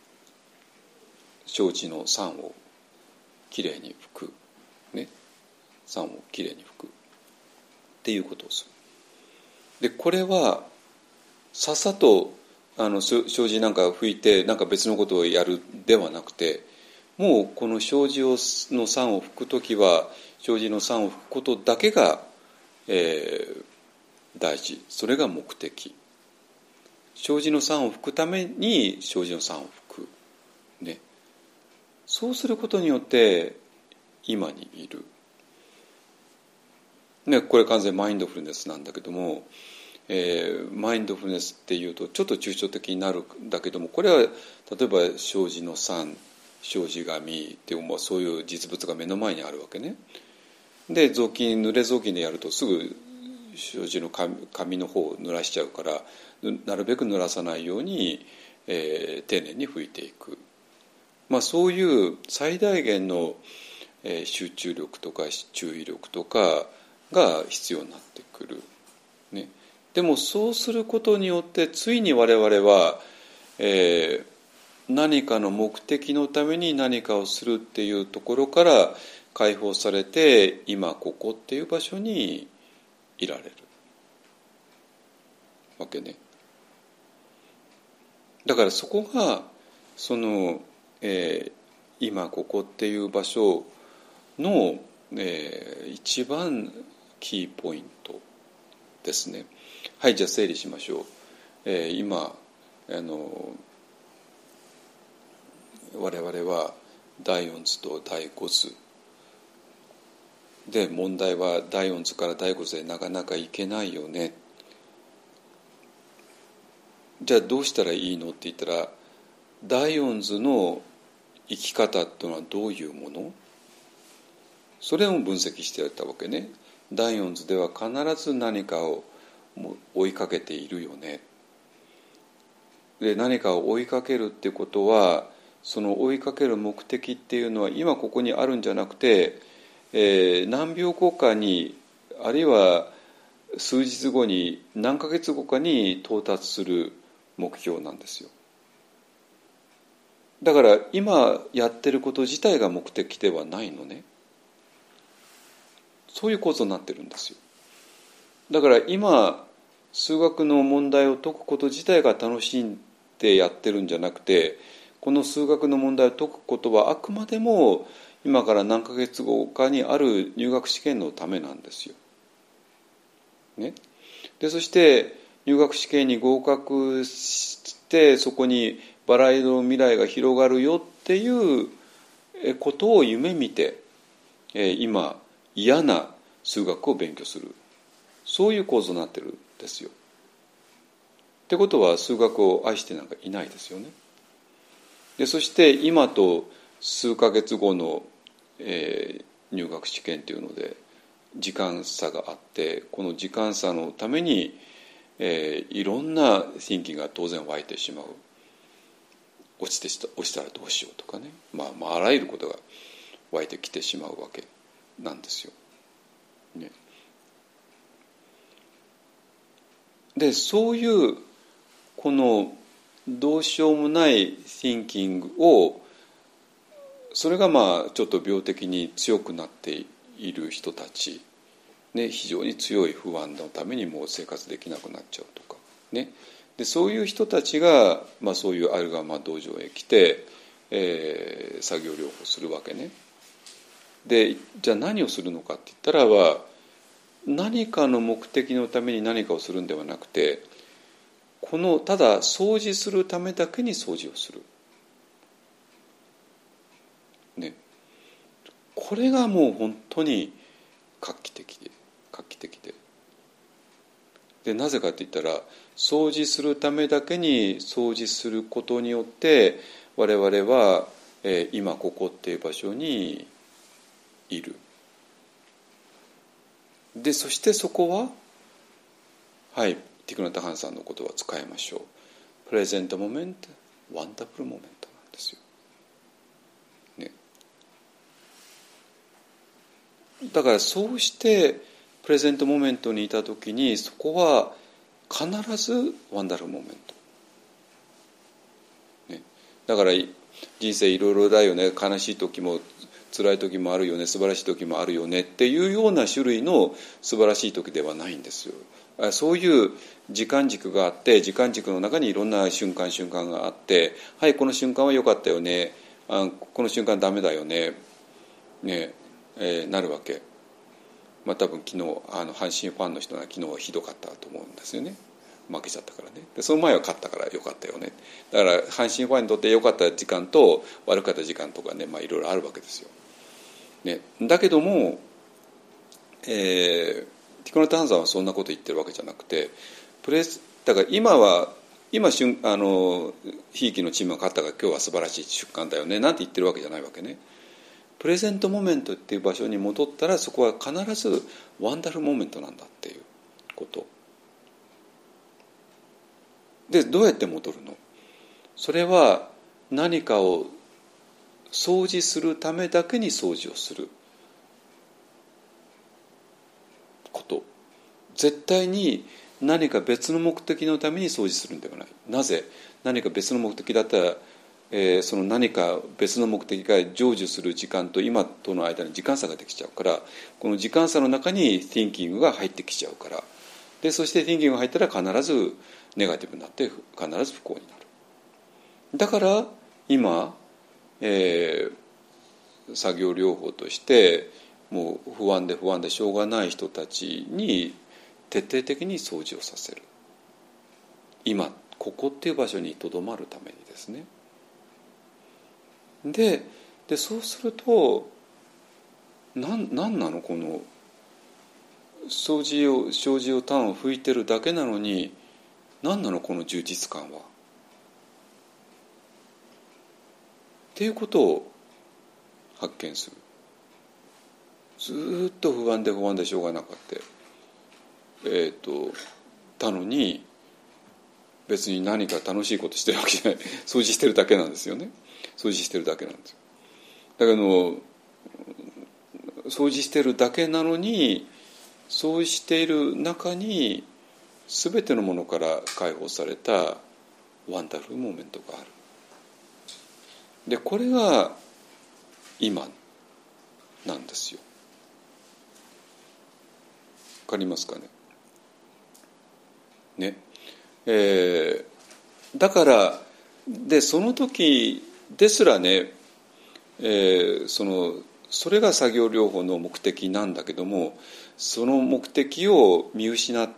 障子の酸をきれいに拭く、ね、酸をきれいに拭くっていうことをする。でこれはさっさとあの障子なんか拭いてなんか別のことをやるではなくて、もうこの障子をの酸を拭くときは障子の酸を拭くことだけが、えー、大事。それが目的。障子の酸を拭くために障子の酸を拭く、ね、そうすることによって今にいる、ね、これ完全マインドフルネスなんだけども、えー、マインドフルネスっていうとちょっと抽象的になるんだけども、これは例えば障子の酸、障子紙っていう、まあ、そういう実物が目の前にあるわけね。で雑巾濡れ雑巾でやるとすぐ障子の 紙, 紙の方を濡らしちゃうから、なるべく濡らさないように、えー、丁寧に拭いていく、まあ、そういう最大限の、えー、集中力とか注意力とかが必要になってくる、ね、でもそうすることによってついに我々は、えー、何かの目的のために何かをするっていうところから解放されて、今ここっていう場所にいられるわけね。だからそこがその、えー、今ここっていう場所の、えー、一番キーポイントですね。はい、じゃあ整理しましょう。えー、今あの我々はだいよん図とだいご図で、問題はだいよん図からだいご図へなかなかいけないよね。じゃあどうしたらいいのって言ったら、だいよん図の生き方っていうのはどういうもの、それを分析してやったわけね。だいよん図では必ず何かを追いかけているよね。で、何かを追いかけるってことは、その追いかける目的っていうのは今ここにあるんじゃなくて、えー、何秒後かに、あるいは数日後に、何ヶ月後かに到達する目標なんですよ。だから今やってること自体が目的ではないのね。そういう構造になってるんですよ。だから今数学の問題を解くこと自体が楽しんでやってるんじゃなくて、この数学の問題を解くことはあくまでも今から何ヶ月後かにある入学試験のためなんですよ。ね、でそして入学試験に合格してそこにバラ色の未来が広がるよっていうことを夢見て、今嫌な数学を勉強する、そういう構造になってるんですよ。ってことは数学を愛してなんかいないですよね。でそして今と数ヶ月後の、えー、入学試験というので時間差があって、この時間差のために、えー、いろんな thinking が当然湧いてしまう。落ちてした落ちたらどうしようとかね、まあ、まああらゆることが湧いてきてしまうわけなんですよ。ね、でそういうこのどうしようもない thinking を、それがまあちょっと病的に強くなっている人たち、ね、非常に強い不安のためにもう生活できなくなっちゃうとかね。でそういう人たちが、まあ、そういうアルガマ道場へ来て、えー、作業療法するわけね。でじゃあ何をするのかって言ったらは、何かの目的のために何かをするんではなくて、このただ掃除するためだけに掃除をする、ね、これがもう本当に画期的で画期的ででなぜかって言ったら、掃除するためだけに掃除することによって我々は、えー、今ここっていう場所にいる。でそしてそこは、はい、ティクナタハンさんの言葉を使いましょう。プレゼントモメント、ワンダフルモメントなんですよ、ね、だからそうしてプレゼントモメントにいたときに、そこは必ずワンダフルモメント、ね、だから人生いろいろだよね、悲しい時も辛い時もあるよね、素晴らしい時もあるよねっていうような種類の素晴らしい時ではないんですよ。そういう時間軸があって、時間軸の中にいろんな瞬間瞬間があって、はい、この瞬間は良かったよね、あこの瞬間ダメだよね、ねえー、なるわけ。まあ多分昨日あの阪神ファンの人が昨日はひどかったと思うんですよね。負けちゃったからね。でその前は勝ったから良かったよね。だから阪神ファンにとって良かった時間と悪かった時間とかね、まあいろいろあるわけですよ。ね、だけども、えー、ティクナタハンさんはそんなこと言ってるわけじゃなくて、プレスだから今は今瞬あのひいきのチームが勝ったから今日は素晴らしい瞬間だよねなんて言ってるわけじゃないわけね。プレゼントモメントっていう場所に戻ったら、そこは必ずワンダフルモメントなんだっていうことで、どうやって戻るの？それは何かを掃除するためだけに掃除をすること。絶対に何か別の目的のために掃除するんではない。なぜ？何か別の目的だったら、えー、その何か別の目的が成就する時間と今との間に時間差ができちゃうから、この時間差の中に thinking が入ってきちゃうから、でそして thinking が入ったら必ずネガティブになって必ず不幸になる。だから今、えー、作業療法としてもう不安で不安でしょうがない人たちに徹底的に掃除をさせる。今ここっていう場所にとどまるためにですね。で、でそうするとなんなんなのこの掃除を障子を単を拭いてるだけなのに何なのこの充実感は。っていうことを発見する。ずっと不安で不安でしょうがなかった、えー、とたのに別に何か楽しいことしてるわけじゃない。掃除してるだけなんですよね。掃除してるだけなんですよ。だけど掃除してるだけなのに、そうしている中に全てのものから解放されたワンダフルモーメントがある。でこれが今なんですよ。わかりますかね。ね、えー、だからでその時ですらね、えー、そのそれが作業療法の目的なんだけども、その目的を見失って、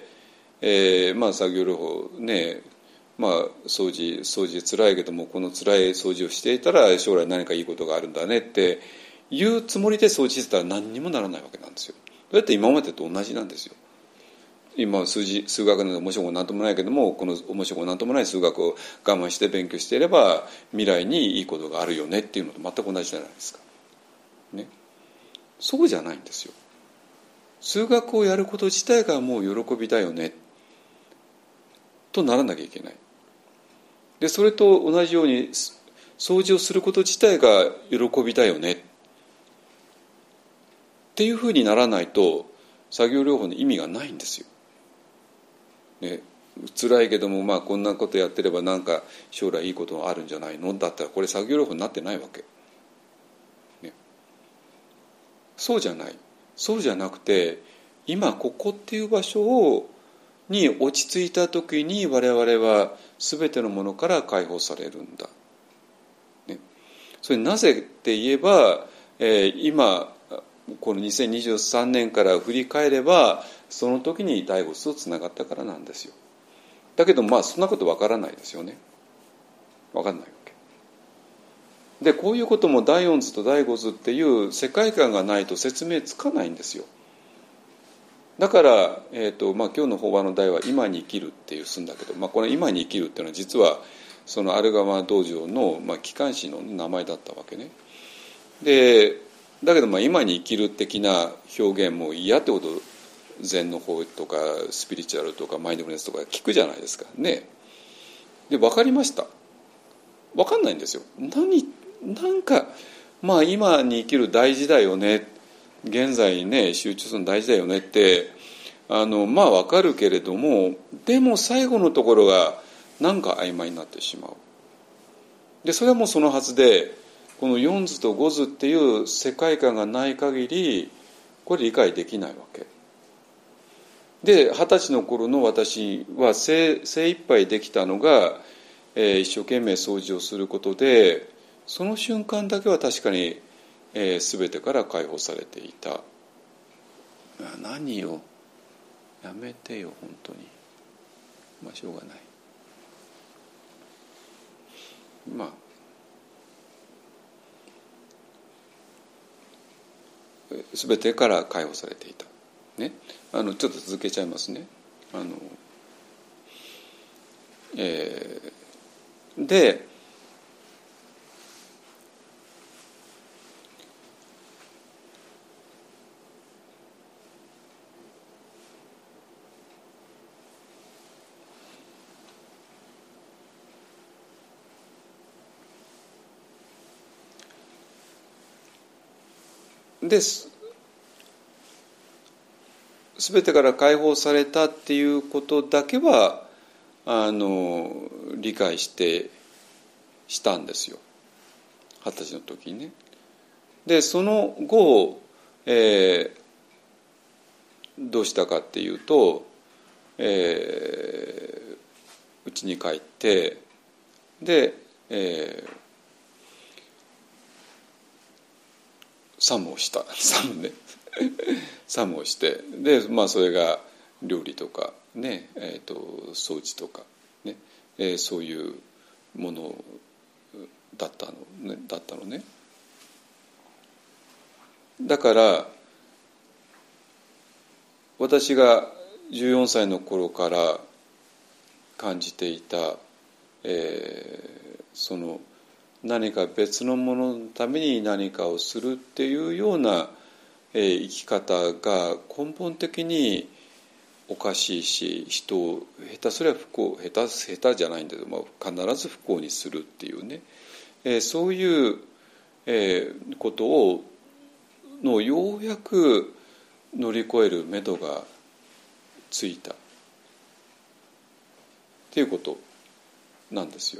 えー、まあ作業療法ね、まあ掃除掃除つらいけどもこのつらい掃除をしていたら将来何かいいことがあるんだねっていうつもりで掃除してたら何にもならないわけなんですよ。だって今までと同じなんですよ。今数字数学なんて面白くもなんともないけども、この面白くもなんともない数学を我慢して勉強していれば未来にいいことがあるよねっていうのと全く同じじゃないですか、ね、そうじゃないんですよ。数学をやること自体がもう喜びだよねとならなきゃいけない。でそれと同じように掃除をすること自体が喜びだよねっていうふうにならないと作業療法の意味がないんですよ。ね、辛いけども、まあ、こんなことやってればなんか将来いいことがあるんじゃないのだったらこれ作業療法になってないわけ、ね、そうじゃない。そうじゃなくて今ここっていう場所をに落ち着いた時に我々は全てのものから解放されるんだ、ね、それなぜって言えば、えー、今このにせんにじゅうさんねんから振り返ればその時に第五図とつながったからなんですよ。だけどまあそんなことわからないですよね。わかんないわけで、こういうことも第四図と第五図っていう世界観がないと説明つかないんですよ。だから、えーとまあ、今日の法話の題は今に生きるっていうすんだけど、まあ、この今に生きるっていうのは実はそのアルガマ道場の、まあ、機関士の名前だったわけね。でだけどまあ今に生きる的な表現も嫌ってこと禅の方とかスピリチュアルとかマインドフルネスとか聞くじゃないですかね。で分かりました。分かんないんですよ。何なんかまあ今に生きる大事だよね、現在にね集中するの大事だよねってあのまあ分かるけれども、でも最後のところがなんか曖昧になってしまう。でそれはもうそのはずで、この四図と五図っていう世界観がない限りこれ理解できないわけで、二十歳の頃の私は 精, 精一杯できたのが、えー、一生懸命掃除をすることで、その瞬間だけは確かに、えー、全てから解放されていた。何よやめてよ本当に、まあしょうがない。まあ全てから解放されていた、ね、あのちょっと続けちゃいますね。あの、えー、でです全てから解放されたっていうことだけはあの理解してしたんですよ、二十歳の時にね。でその後、えー、どうしたかっていうと、えー、家に帰ってで、えー、サムをしたサムねサムをしてで、まあ、それが料理とかね、えー、と掃除とかね、えー、そういうものだったのね、だったのね。だから私がじゅうよんさいの頃から感じていた、えー、その何か別のもののために何かをするっていうような、えー、生き方が根本的におかしいし、人を下手すれば不幸、下手下手じゃないんだけど、まあ、必ず不幸にするっていうね、えー、そういう、えー、ことをのようやく乗り越える目処がついたっていうことなんですよ。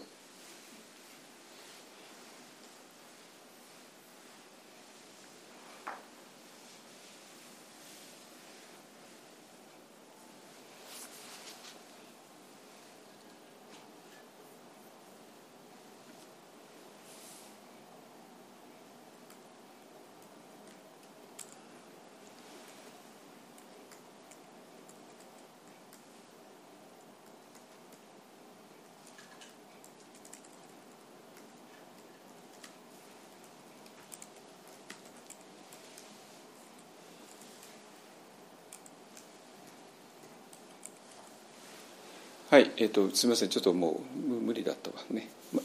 はい、えーと、すみません、ちょっともう無理だったわね。ま、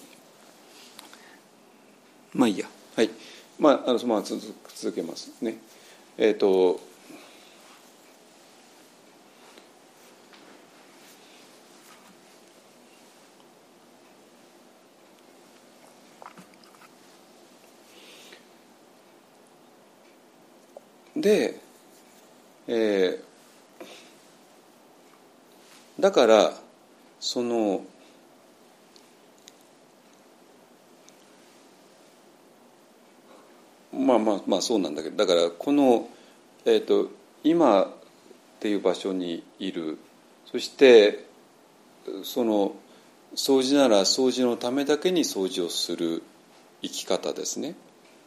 まあいいや。はい。まあ、あの、まあ、続続けますね。えっ、ー、と、で、えー、だからそのまあまあまあそうなんだけど、だからこの、えーと、今っていう場所にいる、そしてその掃除なら掃除のためだけに掃除をする生き方ですね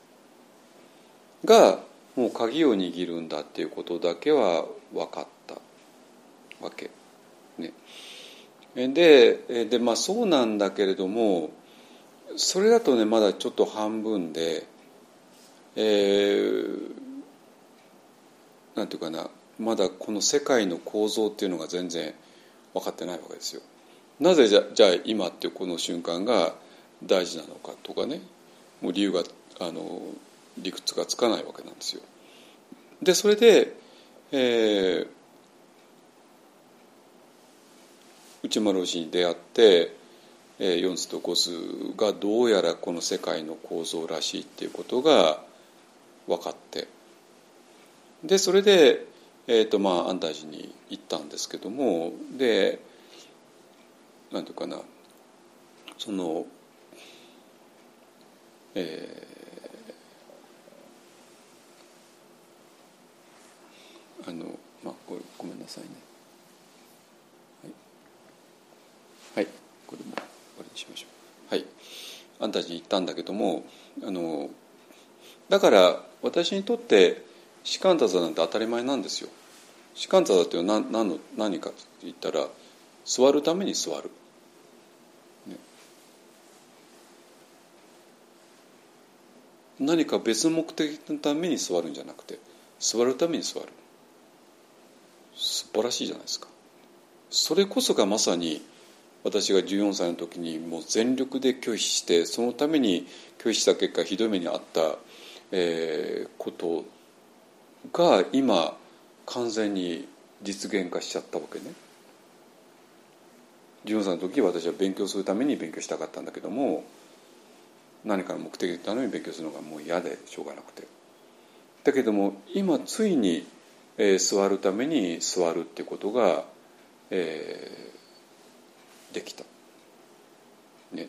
がもう鍵を握るんだっていうことだけは分かったわけね。でで、まあ、そうなんだけれども、それだとねまだちょっと半分で、えー、なんていうかな、まだこの世界の構造っていうのが全然分かってないわけですよ。なぜじゃじゃあ今っていうこの瞬間が大事なのかとかね、もう理由があの理屈がつかないわけなんですよ。でそれで、えー、内丸氏に出会って、えー、よん図とご図がどうやらこの世界の構造らしいっていうことが分かって、でそれで、えーとまあ、安泰寺に行ったんですけども、でなんていうかな、そのえー、あのまあこれごめんなさいね、はい、はい、これも終わりにしましょう。はい、安泰寺に行ったんだけども、あのだから私にとって士官多座なんて当たり前なんですよ。士官多座っていうのは 何, 何, の何かと言ったら座るために座る、ね、何か別の目的のために座るんじゃなくて座るために座る。素晴らしいじゃないですか。それこそがまさに私がじゅうよんさいの時にもう全力で拒否して、そのために拒否した結果ひどい目に遭った、えー、ことが今完全に実現化しちゃったわけね。じゅうよんさいの時私は勉強するために勉強したかったんだけども、何かの目的のために勉強するのがもう嫌でしょうがなくて、 だけども今ついに、えー、座るために座るってことが、えー、できた、ね、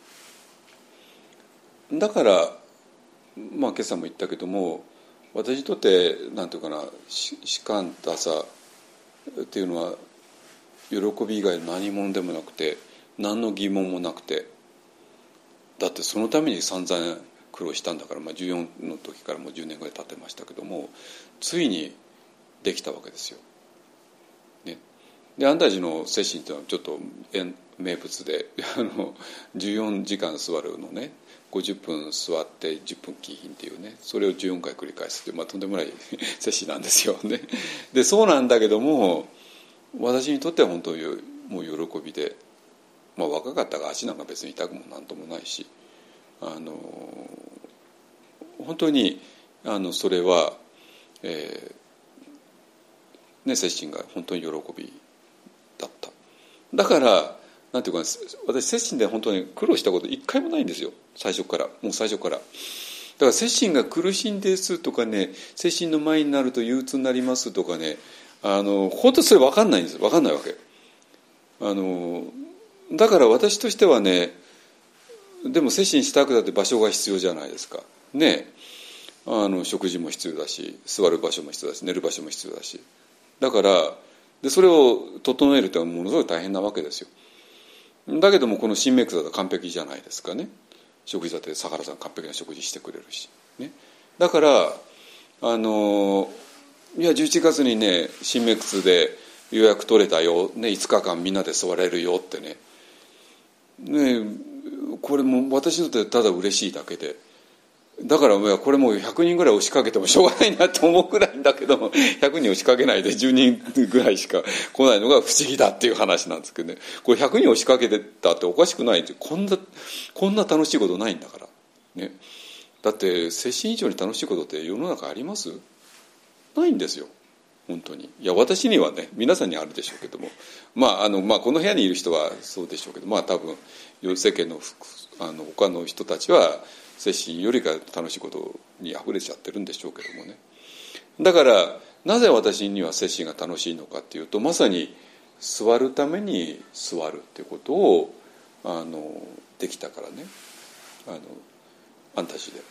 だからまあ今朝も言ったけども、私にとってなんていうかな、士官多さっていうのは喜び以外何者でもなくて、何の疑問もなくて、だってそのために散々苦労したんだから、まあ、じゅうよんの時からもうじゅうねんぐらい経ってましたけども、ついにできたわけですよ、ね、で安泰寺の摂心というのはちょっと名物であのじゅうよんじかん座るのね、ごじゅっぷん座ってじゅっぷん起賓っていうね、それをじゅうよんかい繰り返すっていう、まあ、とんでもない摂心なんですよね。でそうなんだけども、私にとっては本当にもう喜びで、まあ、若かったが足なんか別に痛くもなんともないし、あの本当にあのそれは、えーね、摂心が本当に喜びだった。だからなんていうか、私摂心で本当に苦労したこと一回もないんですよ、最初から。もう最初からだから摂心が苦しいんですとかね、摂心の前になると憂鬱になりますとかね、あの本当にそれ分かんないんです、分かんないわけ。あのだから私としてはね、でも摂心したくだって場所が必要じゃないですかね。あの食事も必要だし、座る場所も必要だし、寝る場所も必要だし、だからでそれを整えるというのはものすごい大変なわけですよ。だけどもこの新メイクだと完璧じゃないですかね。食事だって相良さん完璧な食事してくれるし、ね、だからあのいやじゅういちがつにね新メイクで予約取れたよ、ね、いつかかんみんなで座れるよってね、ね、これも私にとってただ嬉しいだけで、だからこれもうひゃくにんぐらい押しかけてもしょうがないなと思うくらいんだけども、ひゃくにん押しかけないでじゅうにんぐらいしか来ないのが不思議だっていう話なんですけどね。これひゃくにん押しかけてたっておかしくないって、こんなこんな楽しいことないんだからね。だって摂心以上に楽しいことって世の中あります？ないんですよ本当に。いや私にはね、皆さんにはあるでしょうけども、まああの、まあ、この部屋にいる人はそうでしょうけど、まあ多分世間のあの他の人たちは摂心よりか楽しいことにあふれちゃってるんでしょうけどもね。だからなぜ私には摂心が楽しいのかっていうと、まさに座るために座るっていうことをあのできたからね、あの安泰寺で。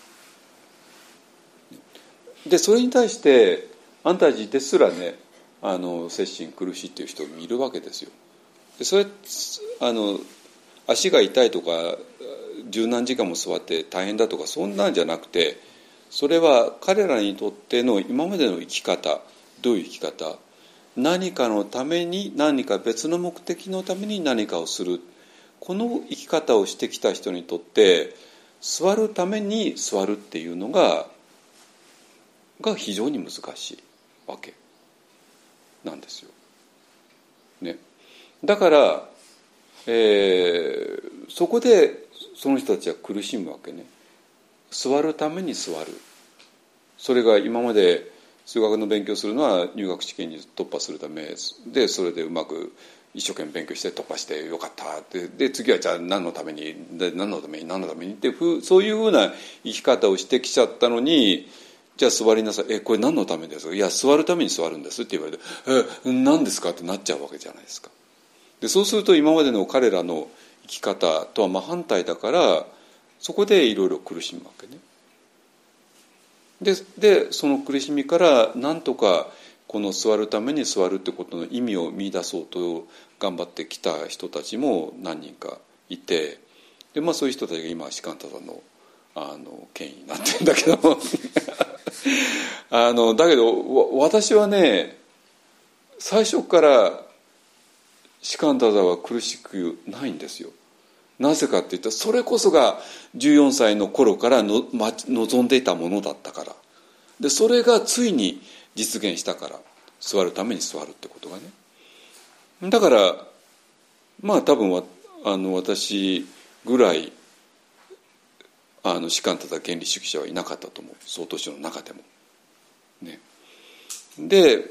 でそれに対して安泰寺ですらね、あの摂心苦しいっていう人もいるわけですよ。でそれあの足が痛いとか十何時間も座って大変だとかそんなんじゃなくて、それは彼らにとっての今までの生き方、どういう生き方、何かのために、何か別の目的のために何かをする、この生き方をしてきた人にとって座るために座るっていうのがが非常に難しいわけなんですよ、ね、だから、えー、そこでその人たちは苦しむわけね。座るために座る、それが今まで数学の勉強するのは入学試験に突破するためで、それでうまく一生懸命勉強して突破してよかったって、で次はじゃあ何のためにで何のために何のためにってそういうふうな生き方をしてきちゃったのに、じゃあ座りなさい、えこれ何のためですか、いや座るために座るんですって言われて、え何ですかってなっちゃうわけじゃないですか。でそうすると今までの彼らの生き方とは真反対だから、そこでいろいろ苦しむわけね。で, でその苦しみからなんとかこの座るために座るってことの意味を見出そうと頑張ってきた人たちも何人かいて、で、まあ、そういう人たちが今士官多さんのあの権威になってるんだけどあのだけど私はね、最初から士官多座は苦しくないんですよ。なぜかっていったら、それこそがじゅうよんさいの頃からの、ま、望んでいたものだったから、でそれがついに実現したから、座るために座るってことがね。だからまあ多分はあの私ぐらいあの士官多座原理主義者はいなかったと思う、曹洞宗の中でもね。で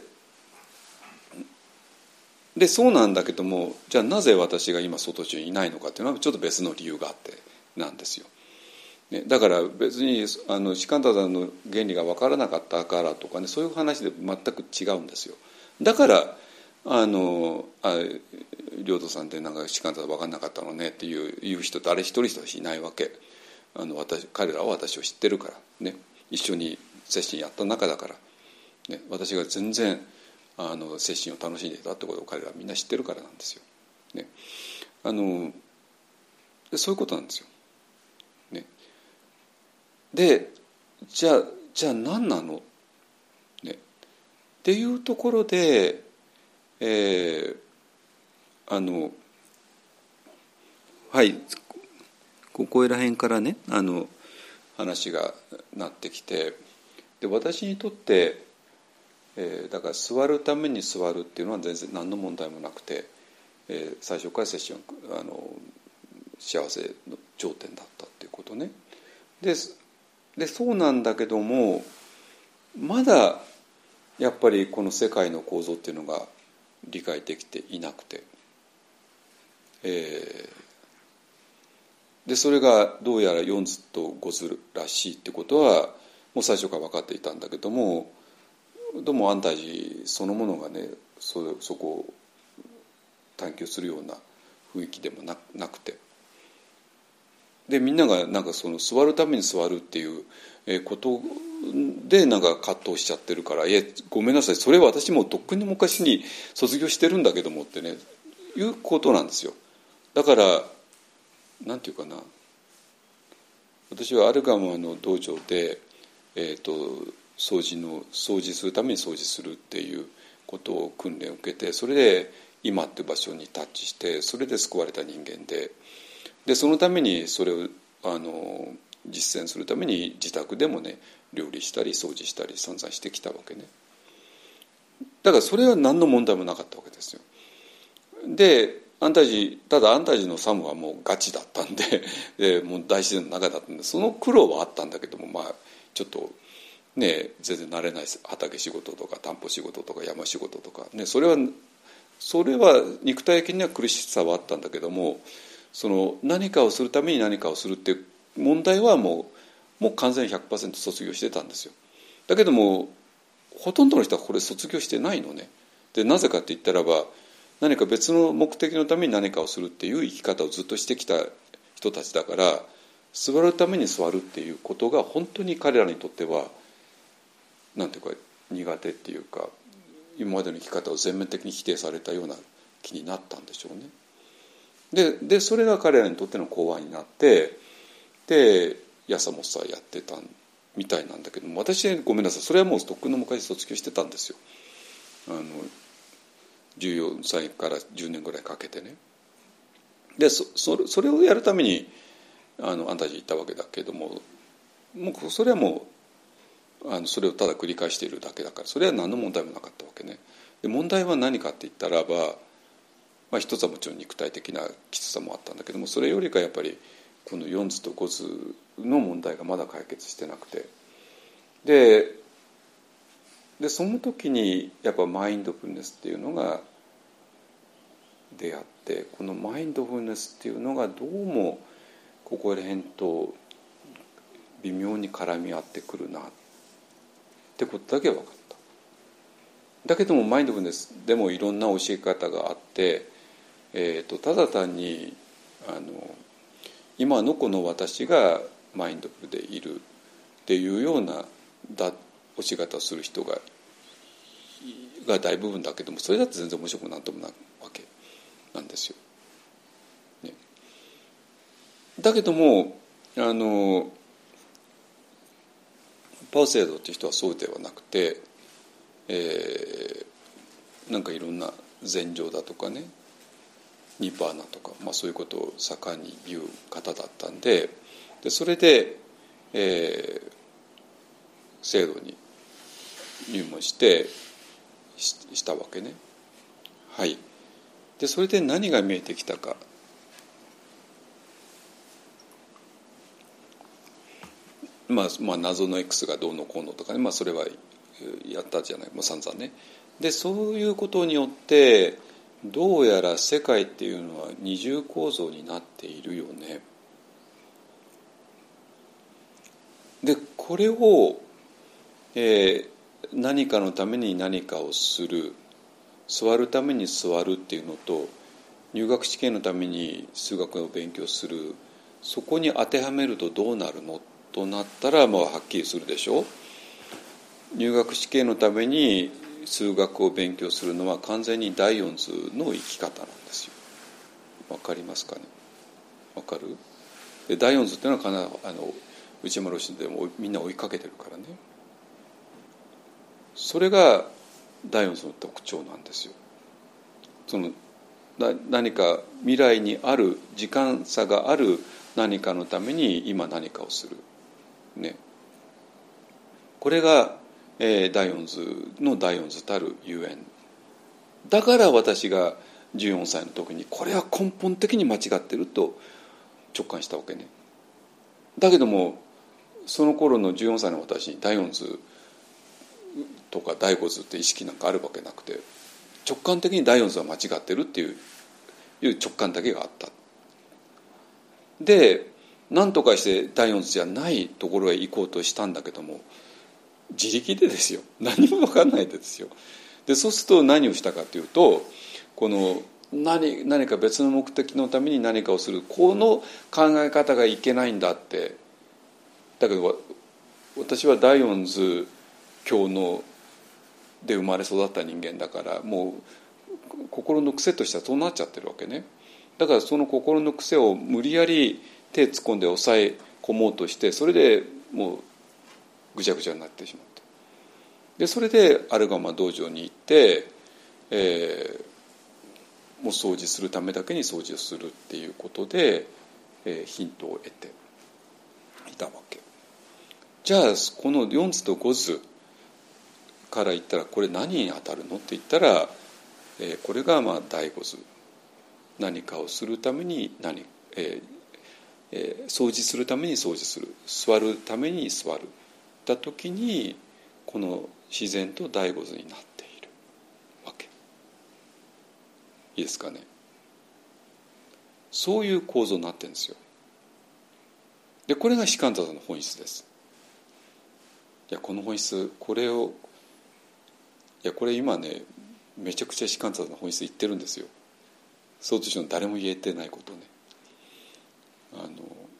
でそうなんだけども、じゃあなぜ私が今曹洞宗にいないのかっていうのはちょっと別の理由があってなんですよ。 ね、だから別にあの士官多山の原理が分からなかったからとかね、そういう話で全く違うんですよ。だからあのあ領土さんってなんか士官多山分からなかったのねっていう言う人ってあれ一人一人いないわけ。あの私彼らは私を知ってるからね、一緒に接心やった中だから、ね、私が全然あの接心を楽しんでいたってことを彼らはみんな知ってるからなんですよ。ね、あのそういうことなんですよ。ね、でじゃあじゃあ何なの、ね、っていうところで、えー、あのはいここら辺からねあの話がなってきて、で私にとって、えー、だから座るために座るっていうのは全然何の問題もなくて、えー、最初からセッションあの幸せの頂点だったっていうことね。ででそうなんだけども、まだやっぱりこの世界の構造っていうのが理解できていなくて、えー、でそれがどうやらよん図とご図らしいってことはもう最初から分かっていたんだけども、どうも安泰寺そのものがね そ, そこを探求するような雰囲気でも な, なくて、でみんながなんかその座るために座るっていうことでなんか葛藤しちゃってるから、いやごめんなさい、それは私もとっくに昔に卒業してるんだけどもってねいうことなんですよ。だからなんていうかな、私はアルガマの道場で、えーと、掃除の掃除するために掃除するっていうことを訓練を受けて、それで今って場所にタッチして、それで救われた人間で、でそのためにそれをあの実践するために自宅でもね料理したり掃除したり散々してきたわけね。だからそれは何の問題もなかったわけですよ。で安泰寺ただ安泰寺の作務はもうガチだったん で, でもう大自然の中だったんで、その苦労はあったんだけども、まあちょっとね全然慣れない畑仕事とか担保仕事とか山仕事とかね、それはそれは肉体的には苦しさはあったんだけども、その何かをするために何かをするっていう問題はもうもう完全に ひゃくパーセント 卒業してたんですよ。だけどもほとんどの人はこれ卒業してないのね。でなぜかって言ったらば、何か別の目的のために何かをするっていう生き方をずっとしてきた人たちだから、座るために座るっていうことが本当に彼らにとってはなんていうか苦手っていうか、今までの生き方を全面的に否定されたような気になったんでしょうね。で, でそれが彼らにとっての講話になって、でやさもさやってたみたいなんだけども、私ごめんなさい、それはもうとっくの昔卒業してたんですよ。あのじゅうよんさいからじゅうねんぐらいかけてね。で そ, そ, れそれをやるためにあの安泰寺行ったわけだけども、もうそれはもうあのそれをただ繰り返しているだけだから、それは何の問題もなかったわけね。で問題は何かって言ったらば、まあ、一つはもちろん肉体的なきつさもあったんだけども、それよりかやっぱりこのよん図とご図の問題がまだ解決してなくて、ででその時にやっぱマインドフルネスっていうのが出会って、このマインドフルネスっていうのがどうもここら辺と微妙に絡み合ってくるなってことだけは分かった。だけどもマインドフルネスでもいろんな教え方があって、えー、とただ単にあの今のこの私がマインドフルでいるっていうようなだ教え方をする人がが大部分だけども、それだって全然面白くなんともないわけなんですよ、ね。だけどもあのパウセードっていう人はそうではなくて、えー、なんかいろんな禅情だとかね、ニッパーナとか、まあ、そういうことを盛んに言う方だったんで、でそれで、えー、制度に入門してし, したわけね。はい。でそれで何が見えてきたか。まあ、まあ謎の X がどうのこうのとかね、まあ、それはやったじゃない、もう散々ね。でそういうことによってどうやら世界っていうのは二重構造になっているよね。 でこれを、えー、何かのために何かをする、座るために座るっていうのと、入学試験のために数学を勉強する、そこに当てはめるとどうなるのとなったら、まあ、はっきりするでしょ。入学試験のために数学を勉強するのは完全に第四図の生き方なんですよ。わかりますかね。わかる？で第四図っていうのは必ずあの内山老師でもみんな追いかけてるからね。それが第四図の特徴なんですよ。その何か未来にある時間差がある何かのために今何かをする、ね、これが、えー、第四図の第四図たるゆえんだから、私がじゅうよんさいの時にこれは根本的に間違ってると直感したわけね。だけどもその頃のじゅうよんさいの私に第四図とか第五図って意識なんかあるわけなくて、直感的に第四図は間違ってるっていういう直感だけがあった。で何とかして第四図じゃないところへ行こうとしたんだけども、自力でですよ、何も分かんないでですよ。でそうすると何をしたかというと、この 何, 何か別の目的のために何かをする、この考え方がいけないんだって。だけど私は第四図教ので生まれ育った人間だから、もう心の癖としてはそうなっちゃってるわけね。だからその心の癖を無理やり手突っ込んで抑え込もうとして、それでもうぐちゃぐちゃになってしまった。でそれでアルガマ道場に行って、えー、もう掃除するためだけに掃除をするっていうことで、えー、ヒントを得ていたわけ。じゃあこのよん図とご図から言ったらこれ何に当たるのって言ったら、えー、これがまあ第五図、何かをするために何、えーえー、掃除するために掃除する、座るために座るだ時にこの自然と第五図になっているわけ。いいですかね。そういう構造になってるんですよ。でこれが士官座の本質です。いやこの本質、これをいやこれ今ねめちゃくちゃ士官座の本質言ってるんですよ。そうとしても誰も言えてないことね。あの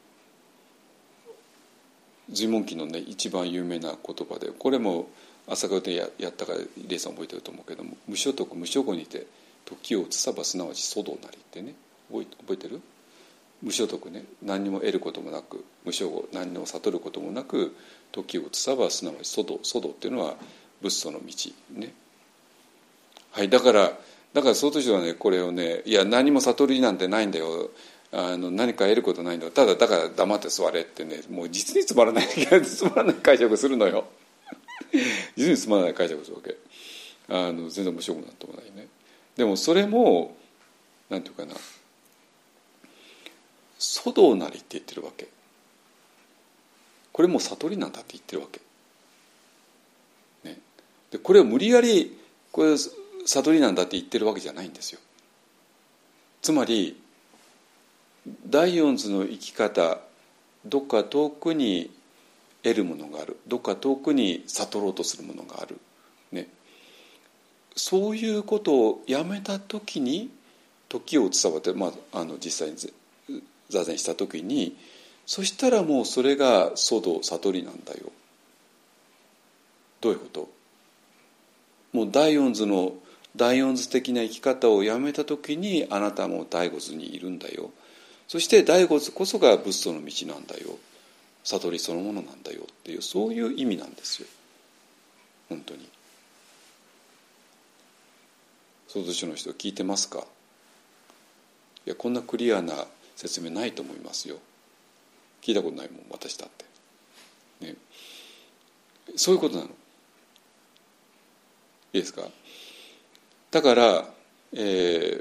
随文記のね一番有名な言葉で、これも朝顔で や, やったからレイさん覚えてると思うけども、無所得無所後にて時を移さばすなわち祖道なりってね、覚え、覚えてる？無所得ね、何にも得ることもなく、無所後何にも悟ることもなく時を移さばすなわち祖道。祖道っていうのは仏祖の道ね。はい、だからだからそうとしてはね、これをね、いや何も悟りなんてないんだよ、あの何か得ることないんだよ、ただだから黙って座れってね、もう実につまらないつまらない解釈するのよ実につまらない解釈するわけ。あの全然面白くなんともないね。でもそれもなんていうかな、祖道なりって言ってるわけ。これも悟りなんだって言ってるわけ、ね、でこれを無理やりこれ悟りなんだって言ってるわけじゃないんですよ。つまり第四図の生き方、どっか遠くに得るものがある、どっか遠くに悟ろうとするものがある、ね、そういうことをやめた時に時を移さばって、まあ、あの実際に座禅した時に、そしたらもうそれが祖道悟りなんだよ。どういうこと？もう第四図の第四図的な生き方をやめた時にあなたも第五図にいるんだよ。そして第五図こそが仏祖の道なんだよ、悟りそのものなんだよっていう、そういう意味なんですよ本当に。創造主の人聞いてますか？いやこんなクリアな説明ないと思いますよ。聞いたことないもん私だって、ね、そういうことなの。いいですか？だから、え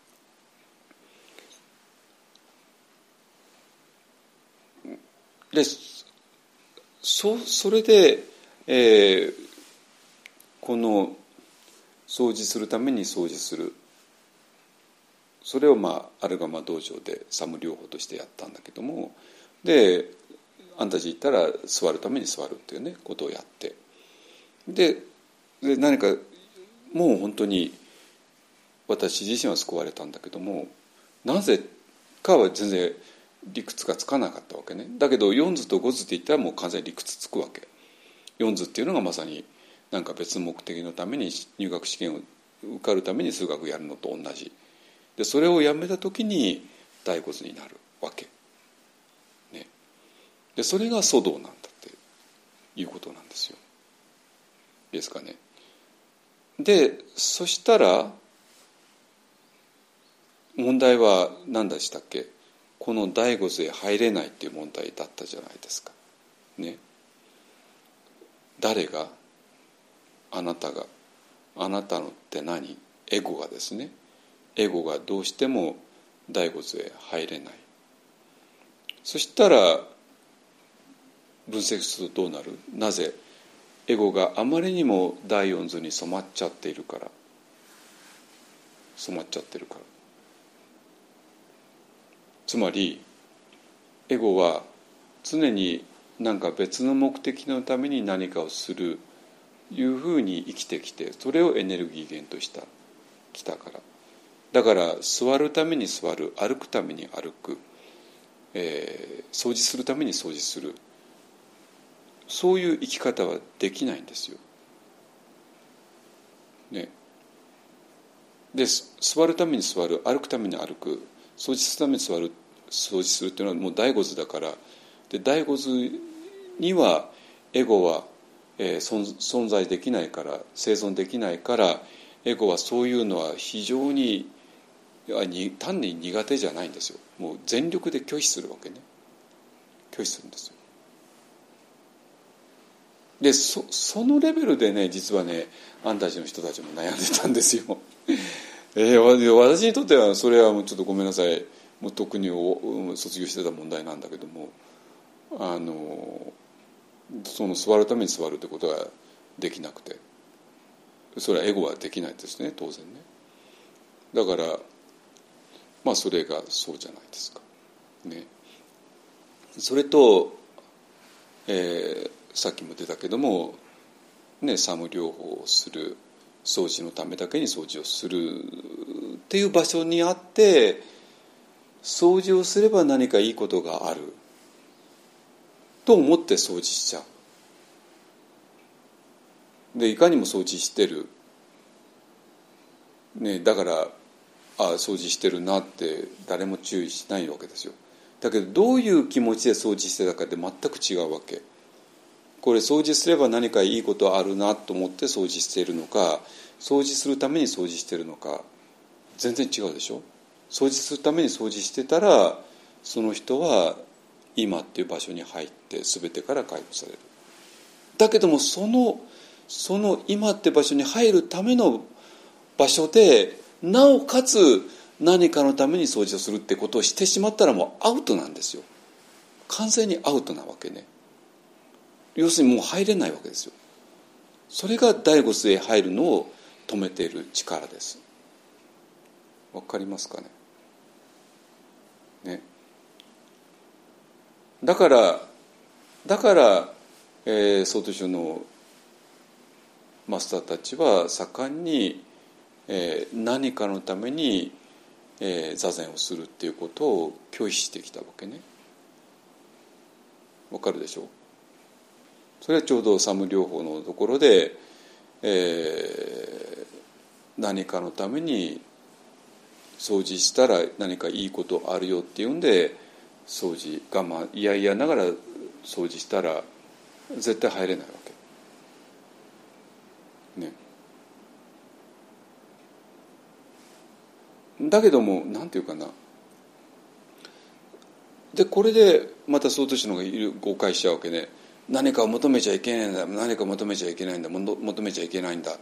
ー、で そ, それで、えー、この掃除するために掃除する、それを、まあ、アルガマ道場で作務療法としてやったんだけども、であんたたち言ったら座るために座るっていうねことをやって、でで何かもう本当に私自身は救われたんだけども、なぜかは全然理屈がつかなかったわけね。だけどよん図とご図って言ったらもう完全に理屈つくわけ。よん図っていうのがまさに何か別の目的のために入学試験を受かるために数学をやるのと同じで、それをやめた時に第五図になるわけ、ね、でそれが祖道なんだっていうことなんですよ。いいですかね。でそしたら問題は何でしたっけ、この第五図へ入れないっていう問題だったじゃないですかね。誰が、あなたが、あなたのって何、エゴがですね、エゴがどうしても第五図へ入れない。そしたら分析するとどうなる。なぜ、エゴがあまりにも第四図に染まっちゃっているから、染まっちゃってるから。つまりエゴは常に何か別の目的のために何かをするいうふうに生きてきて、それをエネルギー源としたきたから。だから座るために座る、歩くために歩く、えー、掃除するために掃除する、そういう生き方はできないんですよ。ね。で座るために座る、歩くために歩く、掃除するために座る、掃除するっていうのはもう第五図だから。で第五図にはエゴは、えー、存, 存在できないから、生存できないから、エゴはそういうのは非常に単に苦手じゃないんですよ。もう全力で拒否するわけね。拒否するんですよ。で そ, そのレベルでね、実はね、あんたたちの人たちも悩んでたんですよ。えー、私にとってはそれはもうちょっとごめんなさい、もう特に卒業してた問題なんだけども、あのその座るために座るってことができなくて、それはエゴはできないですね、当然ね。だからまあそれがそうじゃないですかね。それと、えー、さっきも出たけども、ね、サム療法をする、掃除のためだけに掃除をするっていう場所にあって、掃除をすれば何かいいことがあると思って掃除しちゃう。でいかにも掃除してる、ね、だからあ掃除してるなって誰も注意しないわけですよ。だけどどういう気持ちで掃除してたかって全く違うわけ。これ掃除すれば何かいいことあるなと思って掃除しているのか、掃除するために掃除しているのか、全然違うでしょ。掃除するために掃除してたら、その人は今っていう場所に入って全てから解放される。だけどもそのその今って場所に入るための場所で、なおかつ何かのために掃除をするってことをしてしまったらもうアウトなんですよ。完全にアウトなわけね。要するにもう入れないわけですよ。それが第五図へ入るのを止めている力です。わかりますかね。ね。だからだから、えー、曹洞宗のマスターたちは盛んに、えー、何かのために、えー、座禅をするっていうことを拒否してきたわけね。わかるでしょう。それはちょうどサム療法のところで、えー、何かのために掃除したら何かいいことあるよっていうんで、掃除我慢いやいやながら掃除したら絶対入れないわけね。だけどもなんていうかな、でこれでまた曹洞宗のが誤解しちゃうわけね。何かを求めちゃいけないんだ、何かを求めちゃいけないんだ、求めちゃいけないんだ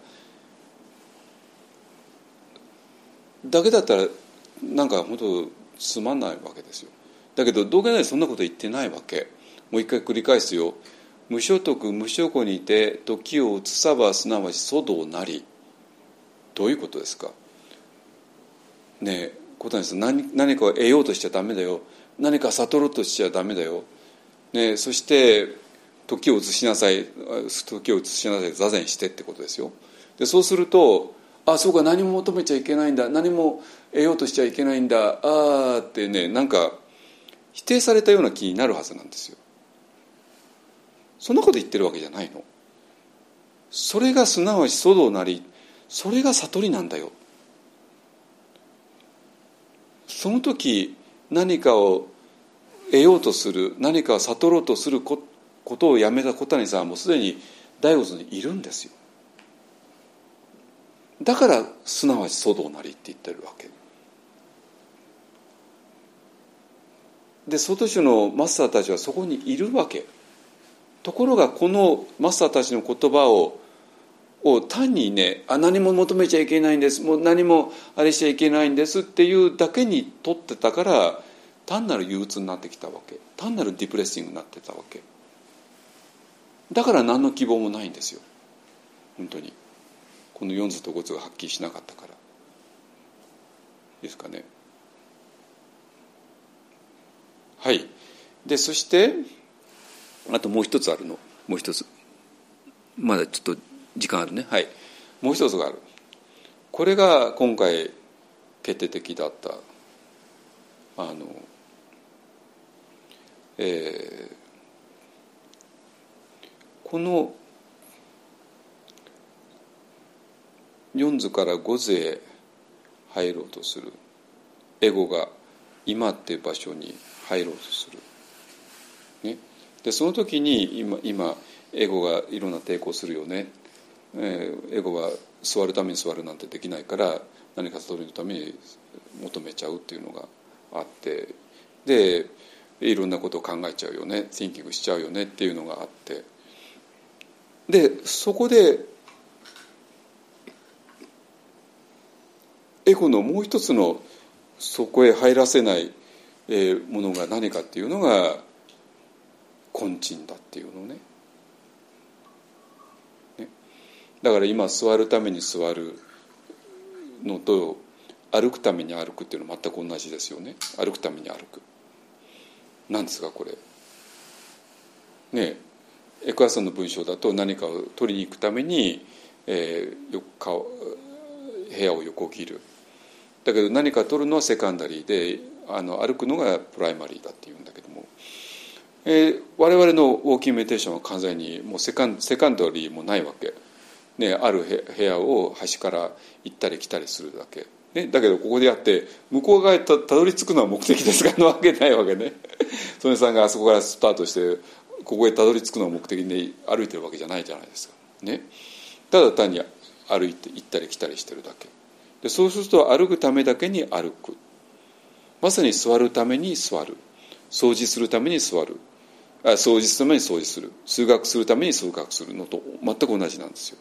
だけだったらなんか本当つまんないわけですよ。だけど道元大師そんなこと言ってないわけ。もう一回繰り返すよ。無所得無所故にて時を移さばすなわち祖道なり。どういうことですかねえ。小谷さん、 何, 何かを得ようとしちゃダメだよ、何か悟ろうとしちゃダメだよ。 ね、そして時を移しなさい時を移しなさい座禅してってことですよ。でそうすると、あ、そうか、何も求めちゃいけないんだ、何も得ようとしちゃいけないんだ、あーってね、なんか否定されたような気になるはずなんですよ。そんなこと言ってるわけじゃないの。それがすなわち楚道なり、それが悟りなんだよ。その時何かを得ようとする、何かを悟ろうとすることをやめた小谷さんはもうすでに大仏にいるんですよ。だからすなわち楚道なりって言ってるわけで、外種のマスターたちはそこにいるわけ。ところがこのマスターたちの言葉をを単にね、あ、何も求めちゃいけないんです、もう何もあれしちゃいけないんですっていうだけにとってたから、単なる憂鬱になってきたわけ、単なるディプレッシングになってたわけだから、何の希望もないんですよ。本当にこの四図と五図がはっきりしなかったからですかね。はい。でそしてあともう一つあるの。もう一つまだちょっと時間あるね。はい。もう一つがある。これが今回決定的だったあの、えー、この四図から五図へ入ろうとするエゴが今っていう場所に入ろうとする、ね、でその時に今、今エゴがいろんな抵抗するよね。えー、エゴは座るために座るなんてできないから何か悟りのために求めちゃうっていうのがあって、でいろんなことを考えちゃうよね、シンキングしちゃうよねっていうのがあって、でそこでエゴのもう一つのそこへ入らせないものが何かっていうのが根塵だっていうのね。だから今座るために座るのと歩くために歩くっていうのは全く同じですよね。歩くために歩くなんですが、これね、エクアさんの文章だと何かを取りに行くために、えー、よ顔部屋を横切る。だけど何か取るのはセカンダリーで、あの歩くのがプライマリーだっていうんだけども、えー、我々のウォーキングメディテーションは完全にもうセカン、セカンダリーもないわけ、ね、ある部屋を端から行ったり来たりするだけ、ね、だけどここでやって向こう側へ た, たどり着くのは目的ですがのわけないわけね。曽根さんがあそこからスタートしてここへたどり着くのを目的に歩いてるわけじゃないじゃないですか、ね、ただ単に歩いて行ったり来たりしてるだけで、そうすると歩くためだけに歩く、まさに座るために座る、掃除するために座る、あ掃除するために掃除する、数学するために数学するのと全く同じなんですよ。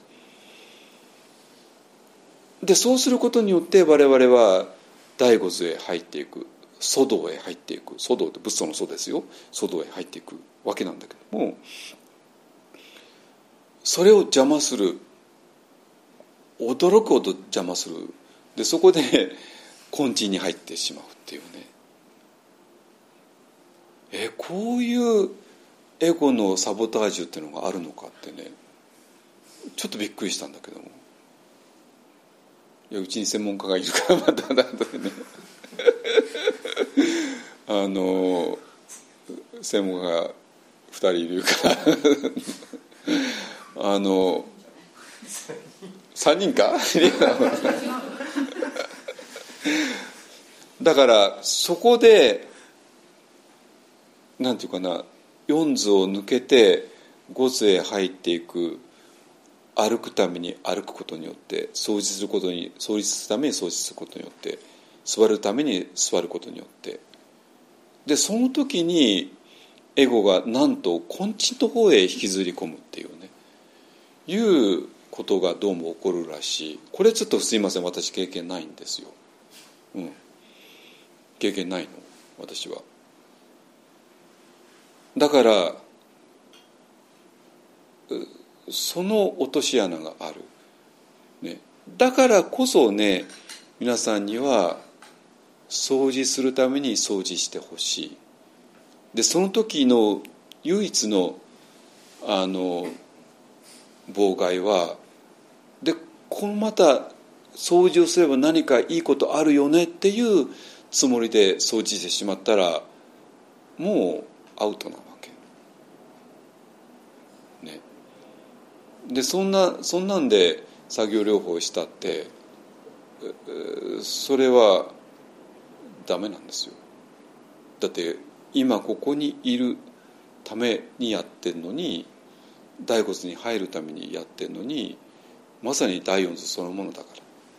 でそうすることによって我々は第五図へ入っていく、楚道へ入っていく、楚道って仏祖の楚ですよ、楚道へ入っていくわけなんだけども、それを邪魔する、驚くほど邪魔する、でそこで根塵に入ってしまうっていうね。えこういうエゴのサボタージュっていうのがあるのかってね、ちょっとびっくりしたんだけども、いやうちに専門家がいるからまただとねあの専門家がふたりいるからあのさんにんかだからそこでなんていうかな、四図を抜けて五図へ入っていく、歩くために歩くことによって、掃除することに掃除するために掃除することによって、座るために座ることによって、でその時にエゴがなんと根塵の方へ引きずり込むっていうね、いうことがどうも起こるらしい。これちょっとすいません、私経験ないんですよ、うん、経験ないの私は。だからその落とし穴がある、ね、だからこそね、皆さんには掃除するために掃除してほしい。でその時の唯一のあの妨害はでこのまた掃除をすれば何かいいことあるよねっていうつもりで掃除してしまったらもうアウトなわけ、ね、でそんなそんなんで作業療法をしたってそれはダメなんですよ。だって今ここにいるためにやってるのに大骨に入るためにやってるのにまさに大恩図そのものだから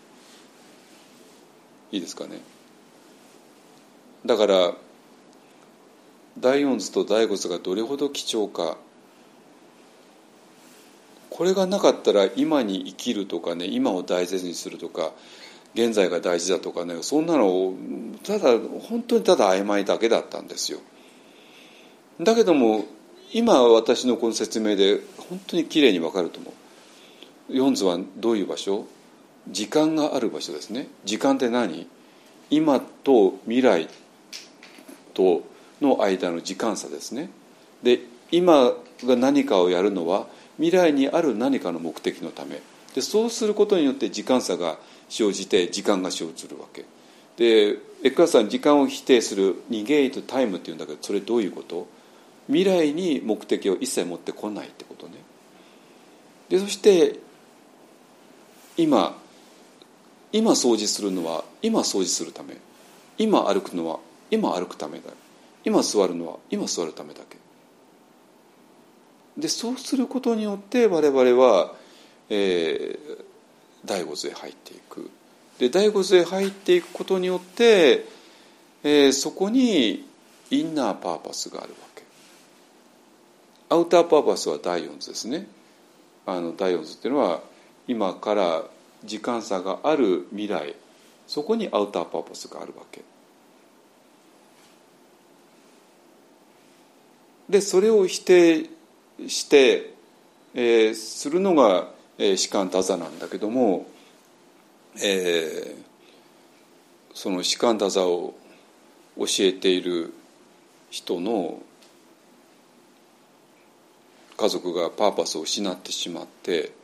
いいですかね。だから大恩図と大骨がどれほど貴重か、これがなかったら今に生きるとかね、今を大切にするとか現在が大事だとかね、そんなのをただ本当にただ曖昧だけだったんですよ。だけども今私のこの説明で本当にきれいに分かると思う。四図はどういう場所？時間がある場所ですね。時間って何？今と未来との間の時間差ですね。で今が何かをやるのは未来にある何かの目的のためで、そうすることによって時間差が生じて時間が生ずるわけで、エッカーさん時間を否定するニゲートタイムっていうんだけど、それどういうこと？未来に目的を一切持ってこないってことね。でそして今今掃除するのは今掃除するため、今歩くのは今歩くためだ、今座るのは今座るためだけで、そうすることによって我々は、えー、第五図へ入っていく。で第五図へ入っていくことによって、えー、そこにインナーパーパスがあるわけ。アウターパーパスは第四図ですね。あの第四図っていうのは今から時間差がある未来、そこにアウターパーパスがあるわけで、それを否定して、えー、するのが、えー、士官多座なんだけども、えー、その士官多座を教えている人の家族がパーパスを失ってしまって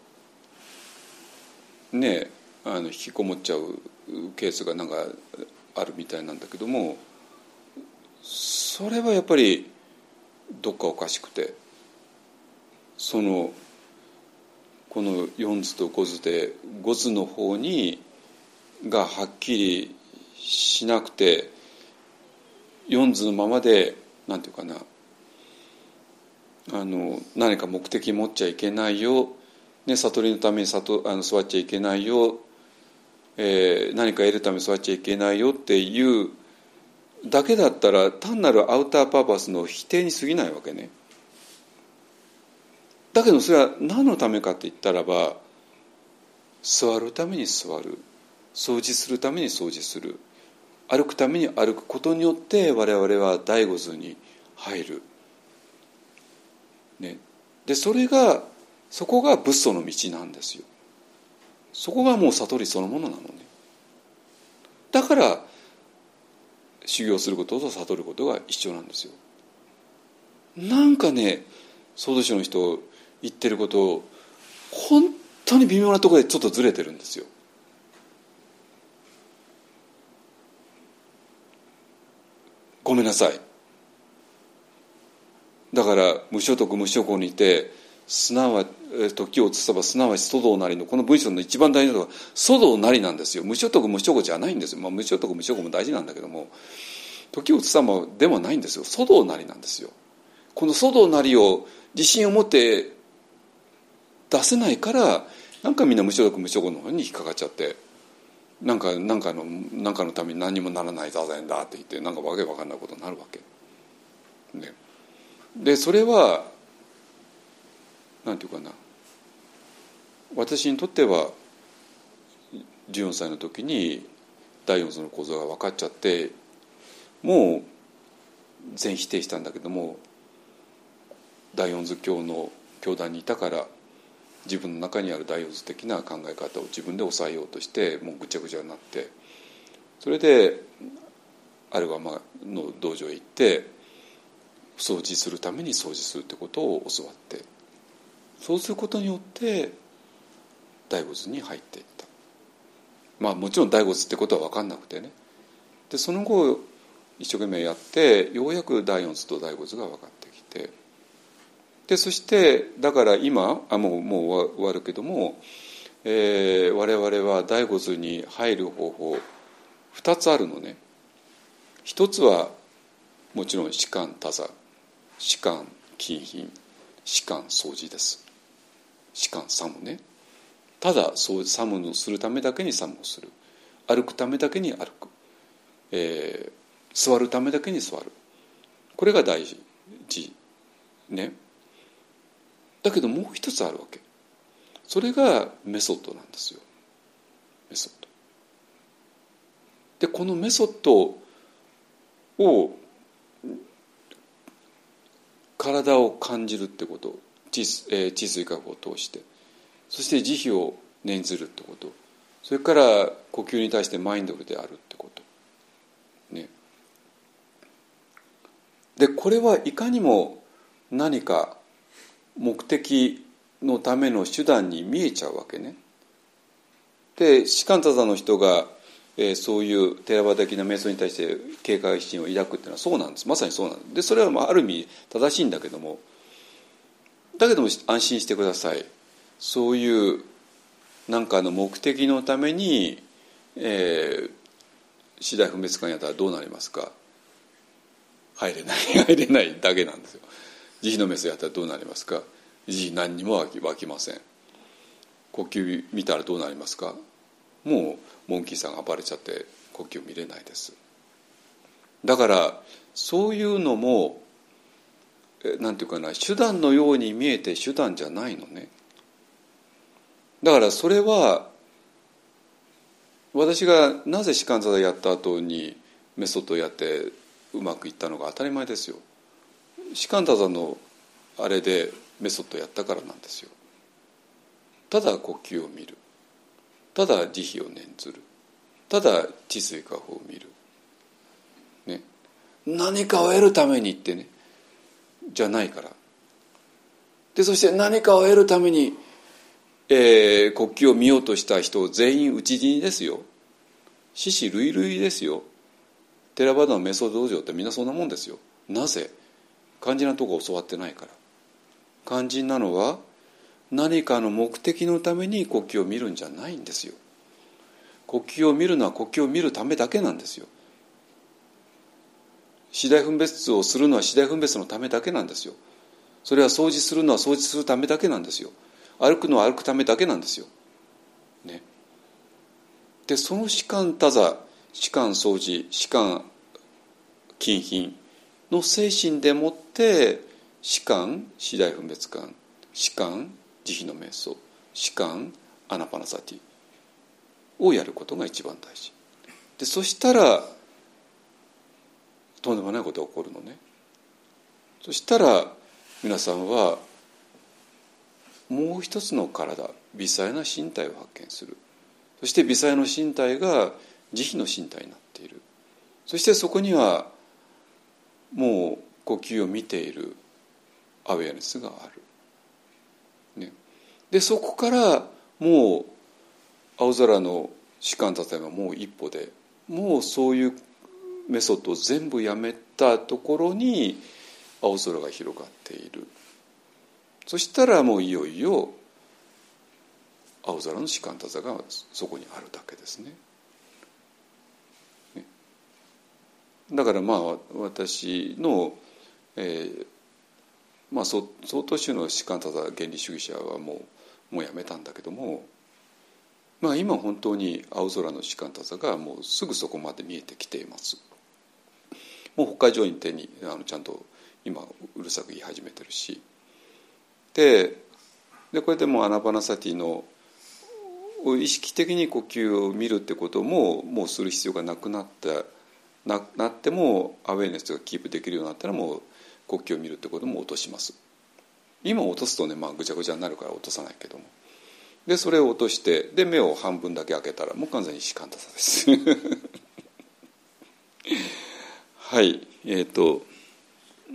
ね、あの引きこもっちゃうケースがなんかあるみたいなんだけども、それはやっぱりどっかおかしくて、そのこのよん図とご図でご図の方にがはっきりしなくてよん図のままでなんていうかな、あの何か目的持っちゃいけないよ、ね、悟りのために悟あの座っちゃいけないよ、えー、何か得るために座っちゃいけないよっていうだけだったら単なるアウターパーパスの否定に過ぎないわけね。だけどそれは何のためかって言ったらば、座るために座る、掃除するために掃除する、歩くために歩くことによって我々は第五図に入る、ね、でそれがそこが仏祖の道なんですよ。そこがもう悟りそのものなのね。だから修行することと悟ることが一緒なんですよ。なんかね、総土宗の人言ってること本当に微妙なところでちょっとずれてるんですよ。ごめんなさい。だから無所得無所故にいて、すなわち時を移さばすなわち祖道なりのこの文章の一番大事なのは祖道なりなんですよ。無所得無所故じゃないんですよ。まあ、無所得無所故も大事なんだけども、時を移さばでもないんですよ。祖道なりなんですよ。この祖道なりを自信を持って出せないから、なんかみんな無所得無所故の方に引っかかっちゃって、なんかなんかのなんかのために何にもならない座禅だって言って、なんかわけわかんないことになるわけ。ね、でそれはなんていうかな、私にとってはじゅうよんさいの時に第四図の構造が分かっちゃって、もう全否定したんだけども、第四図教の教団にいたから自分の中にある第四図的な考え方を自分で抑えようとして、もうぐちゃぐちゃになって、それでアルガマの道場へ行って、 掃除するために掃除するってことを教わって、そうすることによって大仏に入っていった。まあもちろん大仏ってことは分かんなくてね、でその後一生懸命やってようやく大仏と大仏が分かってきて、でそしてだから今あもうもう終わるけども、えー、我々は大仏に入る方法ふたつあるのね。一つはもちろん止観多座、止観近品、止観掃除です。止観作務ね。ただそう作務をするためだけに作務をする、歩くためだけに歩く、えー、座るためだけに座る、これが大事ね。だけどもう一つあるわけ。それがメソッドなんですよ。メソッドで、このメソッドを体を感じるってこと、地水化を通して、そして慈悲を念ずるってこと、それから呼吸に対してマインドフルであるってことね。でこれはいかにも何か目的のための手段に見えちゃうわけね。で士官多座の人が、えー、そういうテラバ的な瞑想に対して警戒心を抱くっていうのはそうなんです。まさにそうなんです。でそれはまあある意味正しいんだけども、だけども安心してください。そういう何かの目的のために、えー、四大分別館やったらどうなりますか。入れない入れないだけなんですよ。慈悲のメスやったらどうなりますか。慈悲何にも湧き、湧きません。呼吸見たらどうなりますか。もうモンキーさんが暴れちゃって呼吸見れないです。だからそういうのもなんていうかな、手段のように見えて手段じゃないのね。だからそれは私がなぜ士官座やった後にメソッドをやってうまくいったのが当たり前ですよ。士官座のあれでメソッドやったからなんですよ。ただ呼吸を見る、ただ慈悲を念ずる、ただ地水化法を見る、ね、何かを得るためにってねじゃないから。でそして何かを得るために、えー、呼吸を見ようとした人を全員討ち死にですよ。死死類類ですよ。テラバダの瞑想道場ってみんなそんなもんですよ。なぜ？肝心なとこ教わってないから。肝心なのは何かの目的のために呼吸を見るんじゃないんですよ。呼吸を見るのは呼吸を見るためだけなんですよ。四大分別をするのは四大分別のためだけなんですよ。それは掃除するのは掃除するためだけなんですよ。歩くのは歩くためだけなんですよ。ね。でその士官多座、士官掃除、士官近品の精神でもって士官四大分別観、士官慈悲の瞑想、士官アナパナサティをやることが一番大事で、そしたらとんでもないことが起こるのね。そしたら皆さんはもう一つの体、微細な身体を発見する。そして微細な身体が慈悲の身体になっている。そしてそこにはもう呼吸を見ているアウェアネスがある、ね、でそこからもう青空の士官たちはもう一歩で、もうそういうメソッドを全部やめたところに青空が広がっている。そしたらもういよいよ青空の士官たちがそこにあるだけですね。ねだからまあ私の、えーまあ、曹洞宗の士官たち原理主義者はもう、もうやめたんだけども、まあ、今本当に青空の士官たちがもうすぐそこまで見えてきています。もう北海道に手にあのちゃんと今うるさく言い始めてるし、で, でこれでもうアナパナサティの意識的に呼吸を見るってことももうする必要がなくなった な, なってもアウェーネスがキープできるようになったらもう呼吸を見るってことも落とします。今落とすとね、まあ、ぐちゃぐちゃになるから落とさないけども、でそれを落としてで目を半分だけ開けたらもう完全に士官多座ですはい、えーと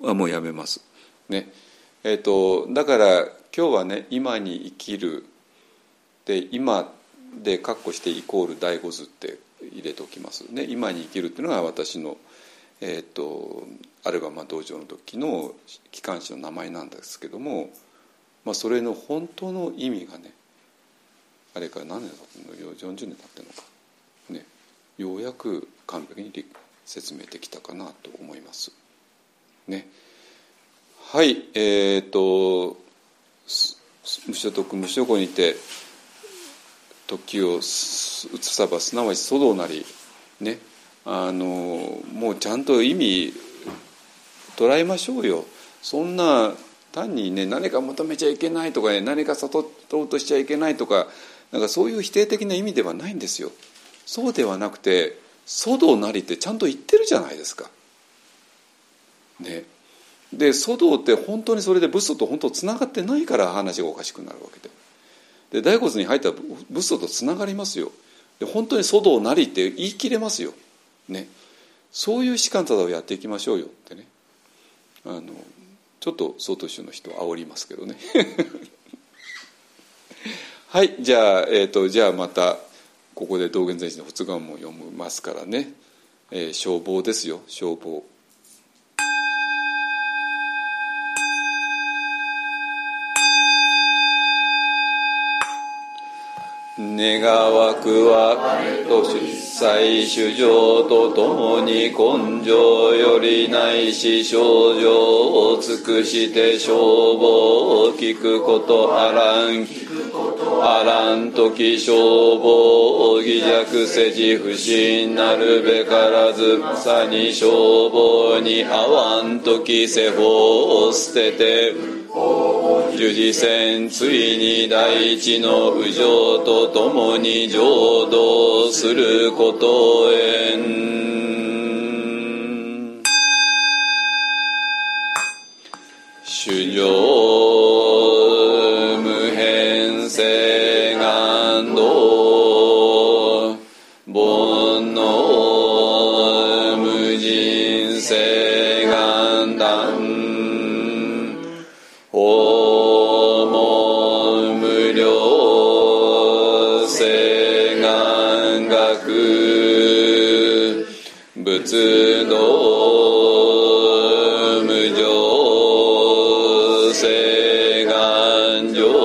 はもうやめます、ねえー、とだから今日はね今に生きるで今で括弧してイコール第五図って入れておきます、ね、今に生きるっていうのが私の、えー、とアルバマ道場の時の機関誌の名前なんですけども、まあ、それの本当の意味がねあれから何年経ってるのよんじゅうねん経ってるのか、ね、ようやく完璧に説明できたかなと思いますね。はい、えっ、ー、と無所得無所故にて時を移さばすなわち祖道なりね、あのもうちゃんと意味捉えましょうよ。そんな単にね何か求めちゃいけないとかね何か悟ろうとしちゃいけないとかなんかそういう否定的な意味ではないんですよ。そうではなくて祖道なりってちゃんと言ってるじゃないですかね。で祖道って本当にそれで仏祖と本当つながってないから話がおかしくなるわけで、で大骨に入ったら仏祖とつながりますよ。で本当に祖道なりって言い切れますよ、ね、そういう士官ただをやっていきましょうよってね、あのちょっと曹洞宗の人は煽りますけどねはいじゃあ、えーと、じゃあまたここで道元禅師の仏願も読みますからね、えー、消防ですよ消防。願わくはと出妻主情とともに根性よりないし症状を尽くして消防を聞くことあらんあらんとき消防を疑弱せじ不信なるべからずさに消防に合わんとき世法を捨てて十字線ついに大地の右上とともに浄土することへん主情無変性願道煩悩無人性願断訪問無量誓願学仏道無常誓願上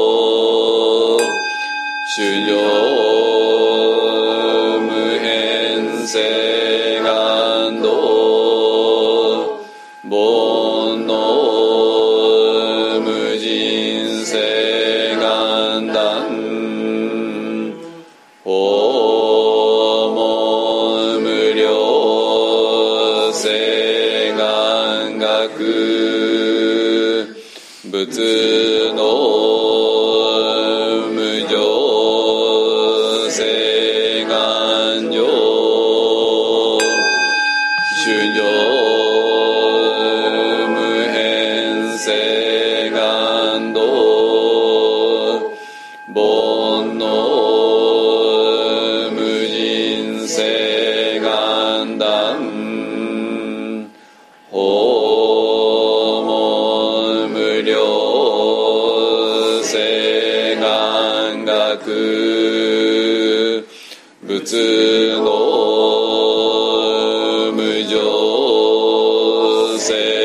主情無変誓願道煩悩誓願断訪問無量誓願学仏の無常誓願上主情無変誓願道煩悩無人誓願断訪問無量誓願学仏の無常誓